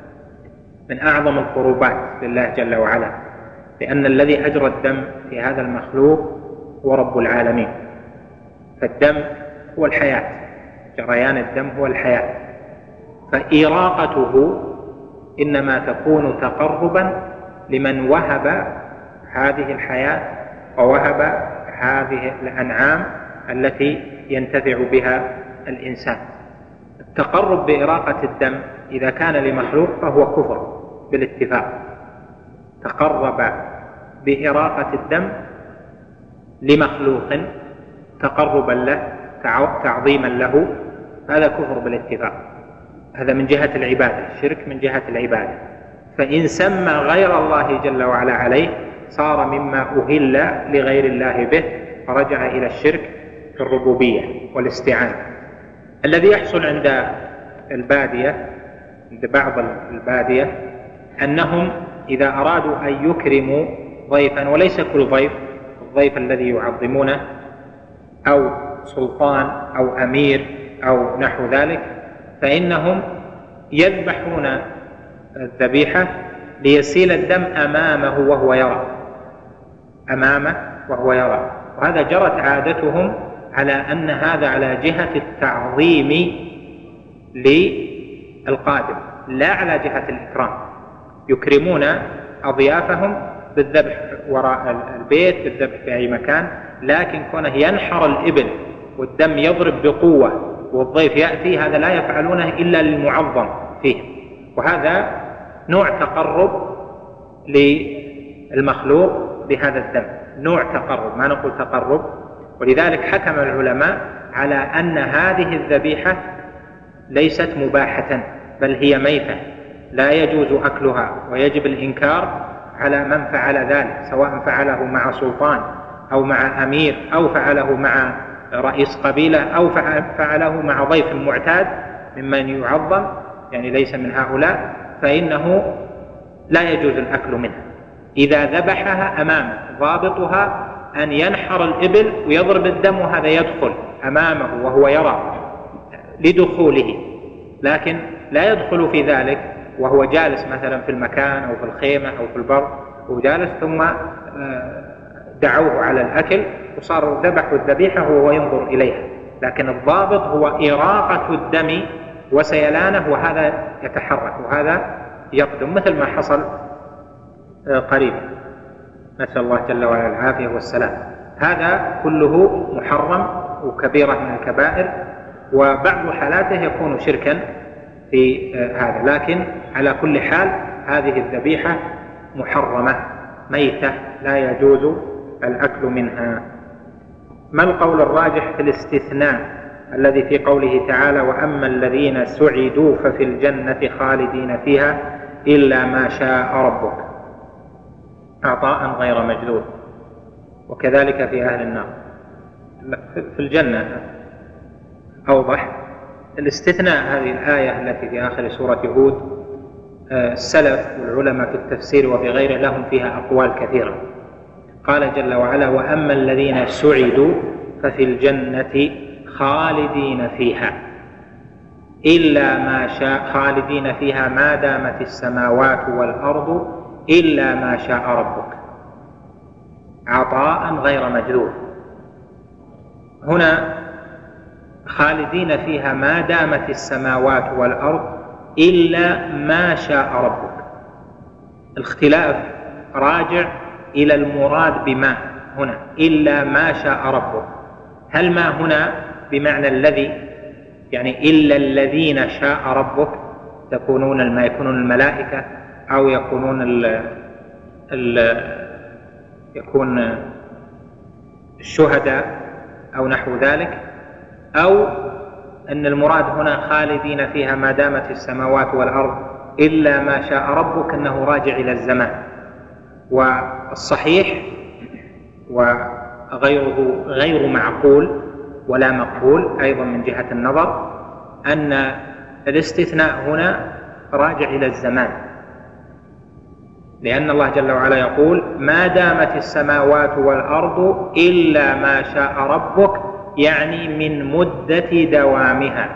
من أعظم القربات لله جل وعلا، لأن الذي أجرى الدم في هذا المخلوق هو رب العالمين، فالدم هو الحياة، جريان الدم هو الحياة، فإراقته إنما تكون تقربا لمن وهب هذه الحياة ووهب هذه الأنعام التي ينتفع بها الإنسان. التقرب بإراقة الدم إذا كان لمخلوق فهو كفر بالاتفاق. تقرب بإراقة الدم لمخلوق تقربا له تعظيما له، هذا كفر بالاتفاق، هذا من جهة العبادة، الشرك من جهة العبادة. فإن سمى غير الله جل وعلا عليه صار مما أهل لغير الله به، فرجع إلى الشرك في الربوبية والاستعانة. الذي يحصل عند البادية، عند بعض البادية، أنهم إذا أرادوا أن يكرموا ضيفا، وليس كل ضيف، الضيف الذي يعظمونه أو سلطان أو أمير أو نحو ذلك، فإنهم يذبحون الذبيحة ليسيل الدم أمامه وهو يرى، أمامه وهو يرى. وهذا جرت عادتهم على أن هذا على جهة التعظيم للقادم لا على جهة الإكرام. يكرمون أضيافهم بالذبح وراء البيت، بالذبح في أي مكان، لكن كونه ينحر الإبل والدم يضرب بقوة والضيف يأتي، هذا لا يفعلونه إلا للمعظم فيه. وهذا نوع تقرب للمخلوق بهذا الدم، نوع تقرب، ما نقول تقرب. ولذلك حكم العلماء على أن هذه الذبيحة ليست مباحة بل هي ميتة، لا يجوز أكلها ويجب الإنكار على من فعل ذلك، سواء فعله مع سلطان أو مع أمير أو فعله مع رئيس قبيلة أو فعله مع ضيف معتاد ممن يعظم، يعني ليس من هؤلاء، فإنه لا يجوز الأكل منها. إذا ذبحها أمامه ضابطها أن ينحر الإبل ويضرب الدم، وهذا يدخل أمامه وهو يرى لدخوله، لكن لا يدخل في ذلك وهو جالس مثلا في المكان أو في الخيمة أو في البر وجالس ثم دعوه على الأكل وصار ذبح الذبيحة وهو ينظر إليها، لكن الضابط هو إراقة الدم وسيلانه، وهذا يتحرك وهذا يقدم، مثل ما حصل قريبا، نسأل الله جل وعلا العافية والسلام. هذا كله محرم وكبيرة من الكبائر، وبعض حالاته يكون شركا في هذا، لكن على كل حال هذه الذبيحة محرمة ميتة لا يجوز الأكل منها. ما القول الراجح في الاستثناء الذي في قوله تعالى وأما الذين سعدوا ففي الجنة خالدين فيها إلا ما شاء ربك، عطاء غير مجذوذ، وكذلك في أهل النار. في الجنة أوضح الاستثناء، هذه الآية التي في آخر سورة هود، السلف والعلماء في التفسير وفي غيره لهم فيها أقوال كثيرة. قال جل وعلا وأما الذين سعدوا ففي الجنة خالدين فيها إلا ما شاء، خالدين فيها ما دامت السماوات والأرض إلا ما شاء ربك، عطاء غير مجذوذ. هنا خالدين فيها ما دامت السماوات والأرض إلا ما شاء ربك. الاختلاف راجع إلى المراد بما هنا، إلا ما شاء ربك. هل ما هنا بمعنى الذي، يعني إلا الذين شاء ربك تكونون ما يكونون الملائكة أو يكونون ال ال يكون الشهداء أو نحو ذلك، أو أن المراد هنا خالدين فيها ما دامت السماوات والأرض إلا ما شاء ربك أنه راجع إلى الزمان. والصحيح وغيره غير معقول ولا مقبول أيضا من جهة النظر أن الاستثناء هنا راجع إلى الزمان، لأن الله جل وعلا يقول ما دامت السماوات والأرض إلا ما شاء ربك، يعني من مدة دوامها،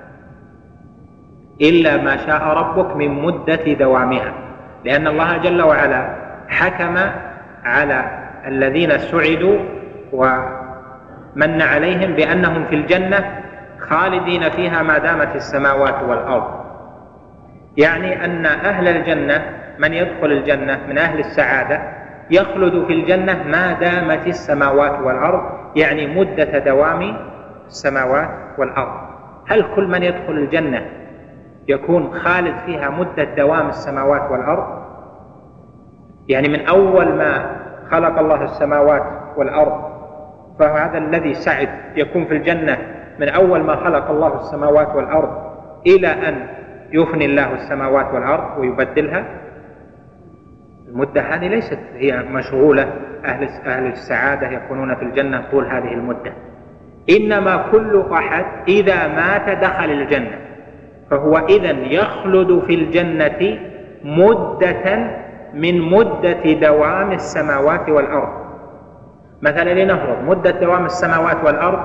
إلا ما شاء ربك من مدة دوامها، لأن الله جل وعلا حكم على الذين سعدوا ومن عليهم بأنهم في الجنة خالدين فيها ما دامت السماوات والأرض، يعني أن أهل الجنة من يدخل الجنة من أهل السعادة يخلد في الجنة ما دامت السماوات والأرض، يعني مدة دوام السماوات والأرض. هل كل من يدخل الجنة يكون خالد فيها مدة دوام السماوات والأرض؟ يعني من أول ما خلق الله السماوات والأرض فهذا الذي سعد يكون في الجنة من أول ما خلق الله السماوات والأرض إلى أن يفني الله السماوات والأرض ويبدلها. المدة هذه ليست هي مشغولة، أهل أهل السعادة يكونون في الجنة طول هذه المدة، إنما كل أحد إذا مات دخل الجنة، فهو إذن يخلد في الجنة مدة من مدة دوام السماوات والأرض. مثلا لنفرض مدة دوام السماوات والأرض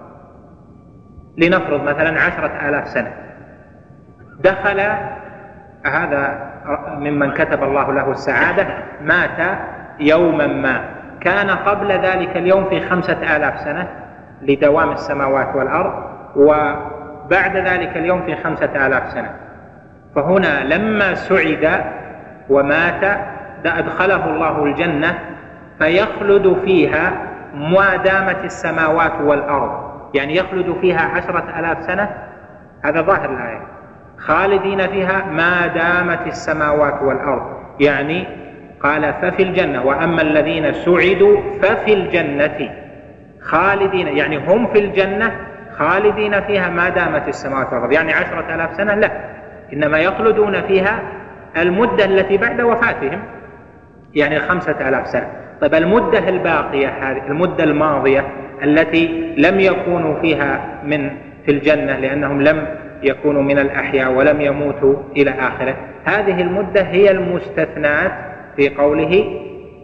لنفرض مثلا عشرة آلاف سنة، دخل هذا ممن كتب الله له السعادة مات يوما ما، كان قبل ذلك اليوم في خمسة آلاف سنة لدوام السماوات والأرض، وبعد ذلك اليوم في خمسة آلاف سنة. فهنا لما سعد ومات أدخله الله الجنة فيخلد فيها ما دامت السماوات والأرض، يعني يخلد فيها عشرة آلاف سنة، هذا ظاهر الآية، خالدين فيها ما دامت السماوات والأرض، يعني قال ففي الجنة وأما الذين سعدوا ففي الجنة خالدين، يعني هم في الجنة خالدين فيها ما دامت السماوات والأرض، يعني عشرة آلاف سنة لا، إنما يخلدون فيها المدة التي بعد وفاتهم، يعني خمسة آلاف سنة. طيب المدة الباقية هذه، المدة الماضية التي لم يكونوا فيها من في الجنة لأنهم لم يكونوا من الأحياء ولم يموتوا إلى آخره، هذه المدة هي المستثنات في قوله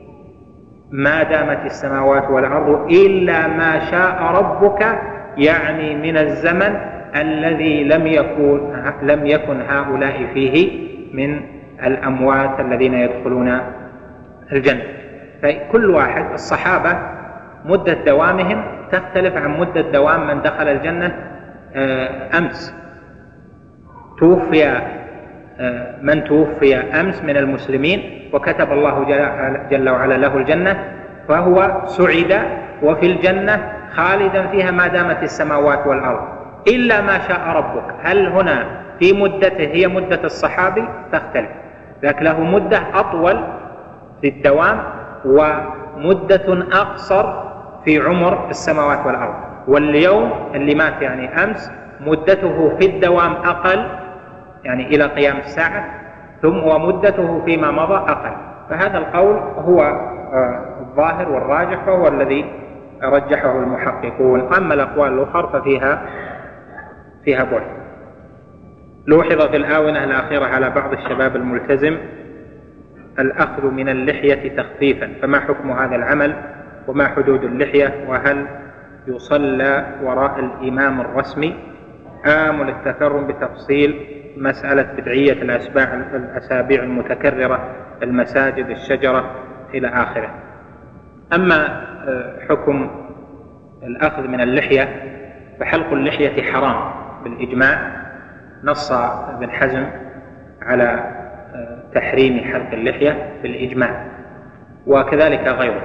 ما دامت السماوات والأرض إلا ما شاء ربك، يعني من الزمن الذي لم يكن لم يكن هؤلاء فيه من الأموات الذين يدخلون الجنة. فكل واحد، الصحابة مدة دوامهم تختلف عن مدة دوام من دخل الجنة أمس. توفي من توفي أمس من المسلمين وكتب الله جل وعلا له الجنة، فهو سعد وفي الجنة خالدا فيها ما دامت السماوات والأرض إلا ما شاء ربك. هل هنا في مدته هي مدة الصحابي؟ تختلف، لكن له مدة أطول في الدوام ومدة أقصر في عمر السماوات والأرض. واليوم اللي مات يعني أمس مدته في الدوام أقل، يعني إلى قيام الساعة، ثم ومدته فيما مضى أقل. فهذا القول هو الظاهر والراجح وهو الذي رجحه المحققون. أما الأقوال الأخرى ففيها فيها بعد. لوحظ في الآونة الأخيرة على بعض الشباب الملتزم الأخذ من اللحية تخفيفا، فما حكم هذا العمل وما حدود اللحية، وهل يصلى وراء الإمام الرسمي؟ آمل التكرم بتفصيل مسألة بدعية الأسباع الأسابيع المتكررة، المساجد، الشجرة إلى آخره. أما حكم الأخذ من اللحية فحلق اللحية حرام بالإجماع، نص ابن حزم على تحريم حلق اللحية بالإجماع، وكذلك غيره.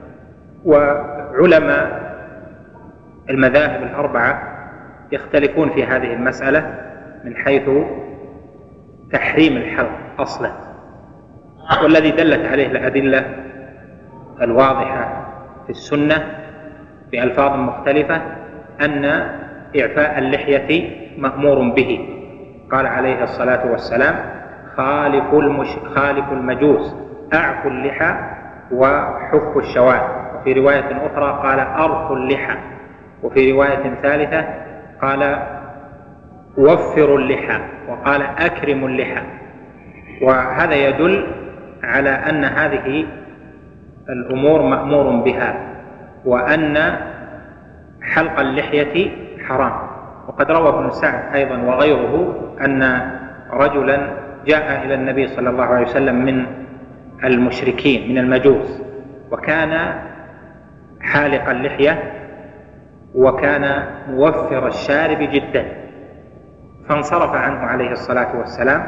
وعلماء المذاهب الأربعة يختلفون في هذه المسألة من حيث تحريم الحلق أصلا، والذي دلت عليه الأدلة الواضحة في السنة بألفاظ مختلفة أن إعفاء اللحية مأمور به. قال عليه الصلاة والسلام خالف, المش... خالف المجوس أعفوا اللحى وحفوا الشوارب، وفي رواية أخرى قال أرخوا اللحى، وفي رواية ثالثة قال وفروا اللحى، وقال أكرموا اللحى. وهذا يدل على أن هذه الأمور مأمور بها، وأن حلق اللحية حرام. وقد روى ابن سعد أيضا وغيره أن رجلا جاء إلى النبي صلى الله عليه وسلم من المشركين من المجوس، وكان حالق اللحية وكان موفر الشارب جدا، فانصرف عنه عليه الصلاة والسلام.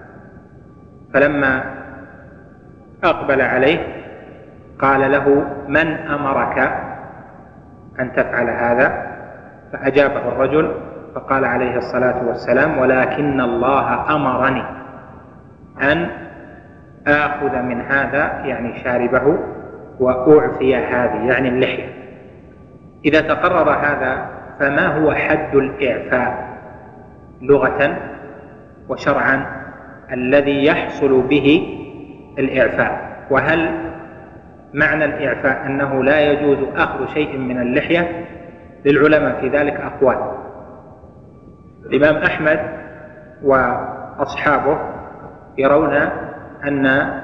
فلما أقبل عليه قال له من أمرك أن تفعل هذا؟ فأجابه الرجل فقال عليه الصلاة والسلام ولكن الله أمرني أن آخذ من هذا، يعني شاربه، وأعفي هذه، يعني اللحية. إذا تقرر هذا فما هو حد الإعفاء لغة وشرعا الذي يحصل به الإعفاء؟ وهل معنى الإعفاء أنه لا يجوز أخذ شيء من اللحية؟ للعلماء في ذلك أقوال. الإمام أحمد وأصحابه يرون أن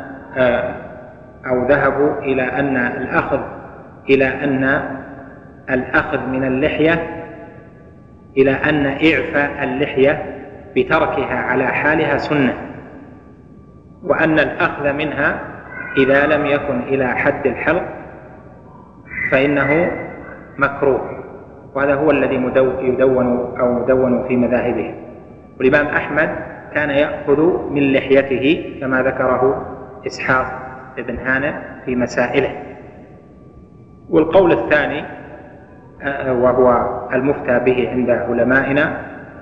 أو ذهبوا إلى أن الأخذ إلى أن الأخذ من اللحية إلى أن إعفاء اللحية بتركها على حالها سنة، وأن الأخذ منها إذا لم يكن إلى حد الحلق فإنه مكروه. وهذا هو الذي يدون أو مدون في مذاهبه. والإمام أحمد كان يأخذ من لحيته كما ذكره إسحاق بن هانئ في مسائله. والقول الثاني وهو المفتى به عند علمائنا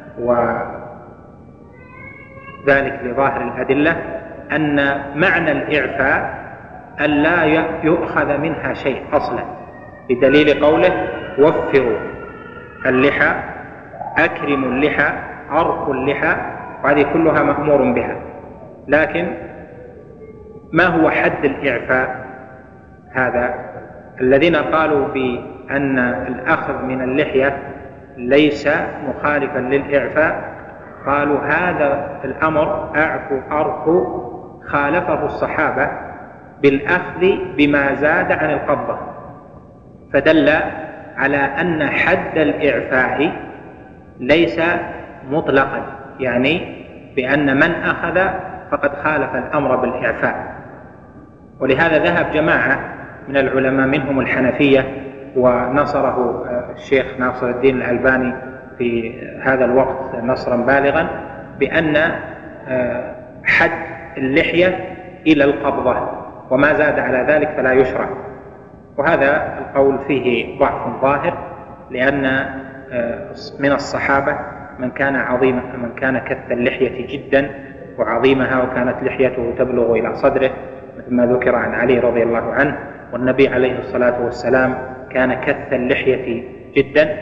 وذلك لظاهر الأدلة أن معنى الإعفاء أن لا يؤخذ منها شيء أصلا، بدليل قوله وفروا اللحى، أكرموا اللحى، أرخوا اللحى، وهذه كلها مأمور بها. لكن ما هو حد الإعفاء هذا؟ الذين قالوا بأن الأخذ من اللحية ليس مخالفا للإعفاء قالوا هذا الأمر أعفو أرفو خالفه الصحابة بالأخذ بما زاد عن القبضة، فدل على أن حد الإعفاء ليس مطلقا، يعني بأن من أخذ فقد خالف الأمر بالإعفاء. ولهذا ذهب جماعة من العلماء منهم الحنفية، ونصره الشيخ ناصر الدين الألباني في هذا الوقت نصرا بالغا، بأن حد اللحية إلى القبضة، وما زاد على ذلك فلا يشرع. وهذا القول فيه ضعف ظاهر، لأن من الصحابة من كان عظيما، من كان كث اللحية جدا وعظيمها، وكانت لحيته تبلغ إلى صدره مثل ما ذكر عن علي رضي الله عنه، والنبي عليه الصلاة والسلام كان كث اللحية جدا،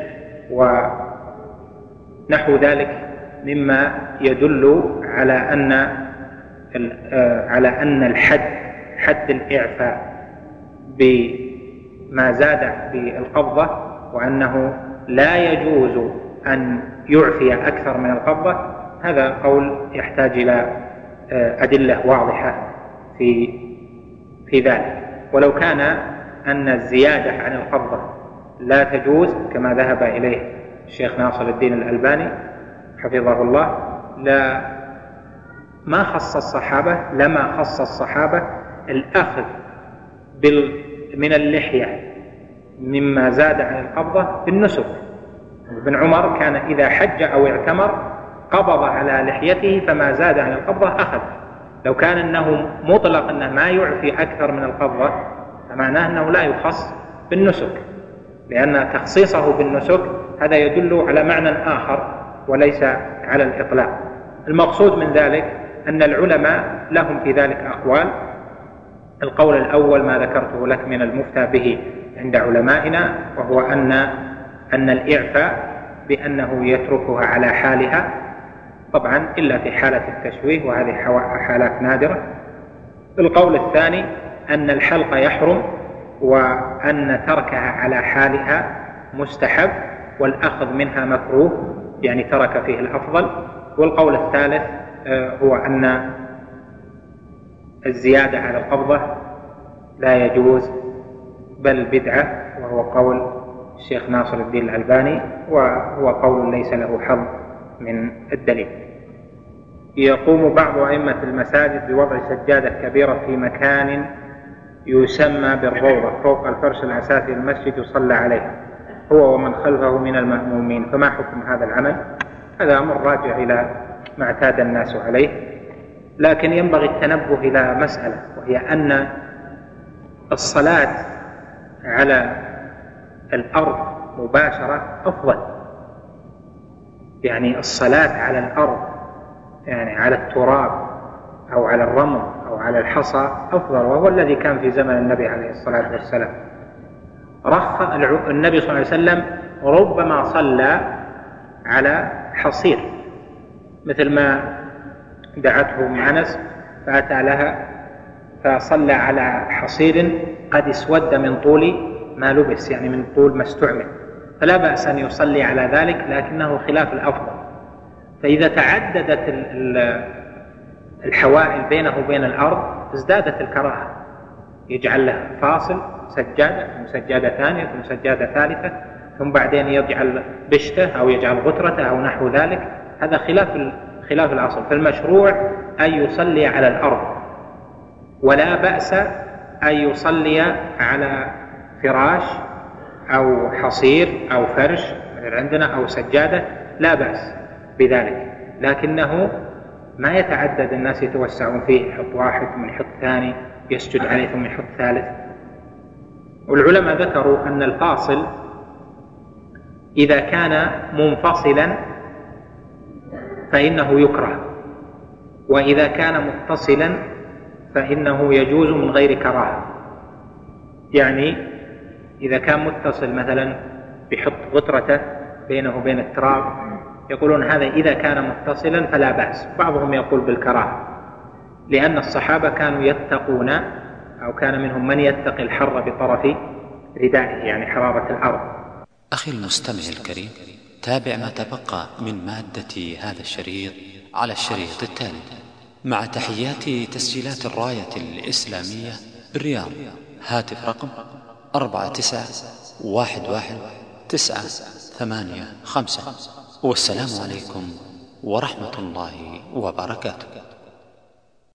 ونحو ذلك مما يدل على أن على أن الحد حد الإعفاء بما زاد بالقبضة، وأنه لا يجوز أن يعفي أكثر من القبضة. هذا قول يحتاج إلى أدلة واضحة في في ذلك. ولو كان أن الزيادة عن القبضة لا تجوز كما ذهب إليه الشيخ ناصر الدين الألباني حفظه الله، لا ما خص الصحابة لما خص الصحابة الأخذ من اللحية مما زاد عن القبضة بالنسك. ابن عمر كان إذا حج أو اعتمر قبض على لحيته، فما زاد عن القبضة أخذ. لو كان أنه مطلق أنه ما يعفي أكثر من القبضة فمعناه أنه لا يخص بالنسك، لأن تخصيصه بالنسك هذا يدل على معنى آخر وليس على الإطلاق. المقصود من ذلك أن العلماء لهم في ذلك أقوال. القول الأول ما ذكرته لك من المفتى به عند علمائنا، وهو أن أن الإعفاء بأنه يتركها على حالها، طبعا إلا في حالة التشويه، وهذه حالات نادرة. القول الثاني أن الحلق يحرم، وأن تركها على حالها مستحب، والأخذ منها مكروه، يعني ترك فيه الأفضل. والقول الثالث هو أن الزيادة على القبضة لا يجوز بل بدعة، وهو قول الشيخ ناصر الدين الألباني، وهو قول ليس له حظ من الدليل. يقوم بعض أئمة المساجد بوضع سجادة كبيرة في مكان يسمى بالروضة فوق الفرش الأساسي للمسجد يصلى عليها هو ومن خلفه من المأمومين، فما حكم هذا العمل؟ هذا أمر راجع إلى ما اعتاد الناس عليه، لكن ينبغي التنبه إلى مسألة، وهي أن الصلاة على الأرض مباشرة أفضل. يعني الصلاة على الأرض، يعني على التراب أو على الرمل أو على الحصى أفضل، وهو الذي كان في زمن النبي عليه الصلاة والسلام. رخ النبي صلى الله عليه وسلم ربما صلى على حصير، مثل ما دعته أنس فأتى لها فصلى على حصير قد اسود من طول ما لبس، يعني من طول ما استعمل، فلا بأس أن يصلي على ذلك، لكنه خلاف الأفضل. فإذا تعددت الحوائل بينه وبين الأرض ازدادت الكراهة، يجعل له فاصل سجادة ثم سجادة ثانية ثم سجادة ثالثة، ثم بعدين يجعل بشته أو يجعل غترته أو نحو ذلك. هذا خلاف خلاف الأصل. فالمشروع أن يصلي على الأرض، ولا بأس أن يصلي على فراش أو حصير أو فرش عندنا أو سجادة، لا بأس بذلك، لكنه ما يتعدد الناس يتوسعون فيه، يحط واحد ثم يحط ثاني، يسجد عليه ثم يحط ثالث. والعلماء ذكروا أن الفاصل إذا كان منفصلا فإنه يكره، وإذا كان متصلا فإنه يجوز من غير كراهة. يعني إذا كان متصل مثلا بحط غترته بينه وبين التراب، يقولون هذا إذا كان متصلا فلا بأس، بعضهم يقول بالكراهة. لأن الصحابة كانوا يتقون، أو كان منهم من يتقي الحر بطرف ردائه، يعني حرارة الأرض. أخي المستمع الكريم، تابع ما تبقى من مادة هذا الشريط على الشريط التالي، مع تحيات تسجيلات الراية الإسلامية بالرياض. هاتف رقم أربعة تسعة واحد واحد تسعة ثمانية خمسة. والسلام عليكم ورحمة الله وبركاته.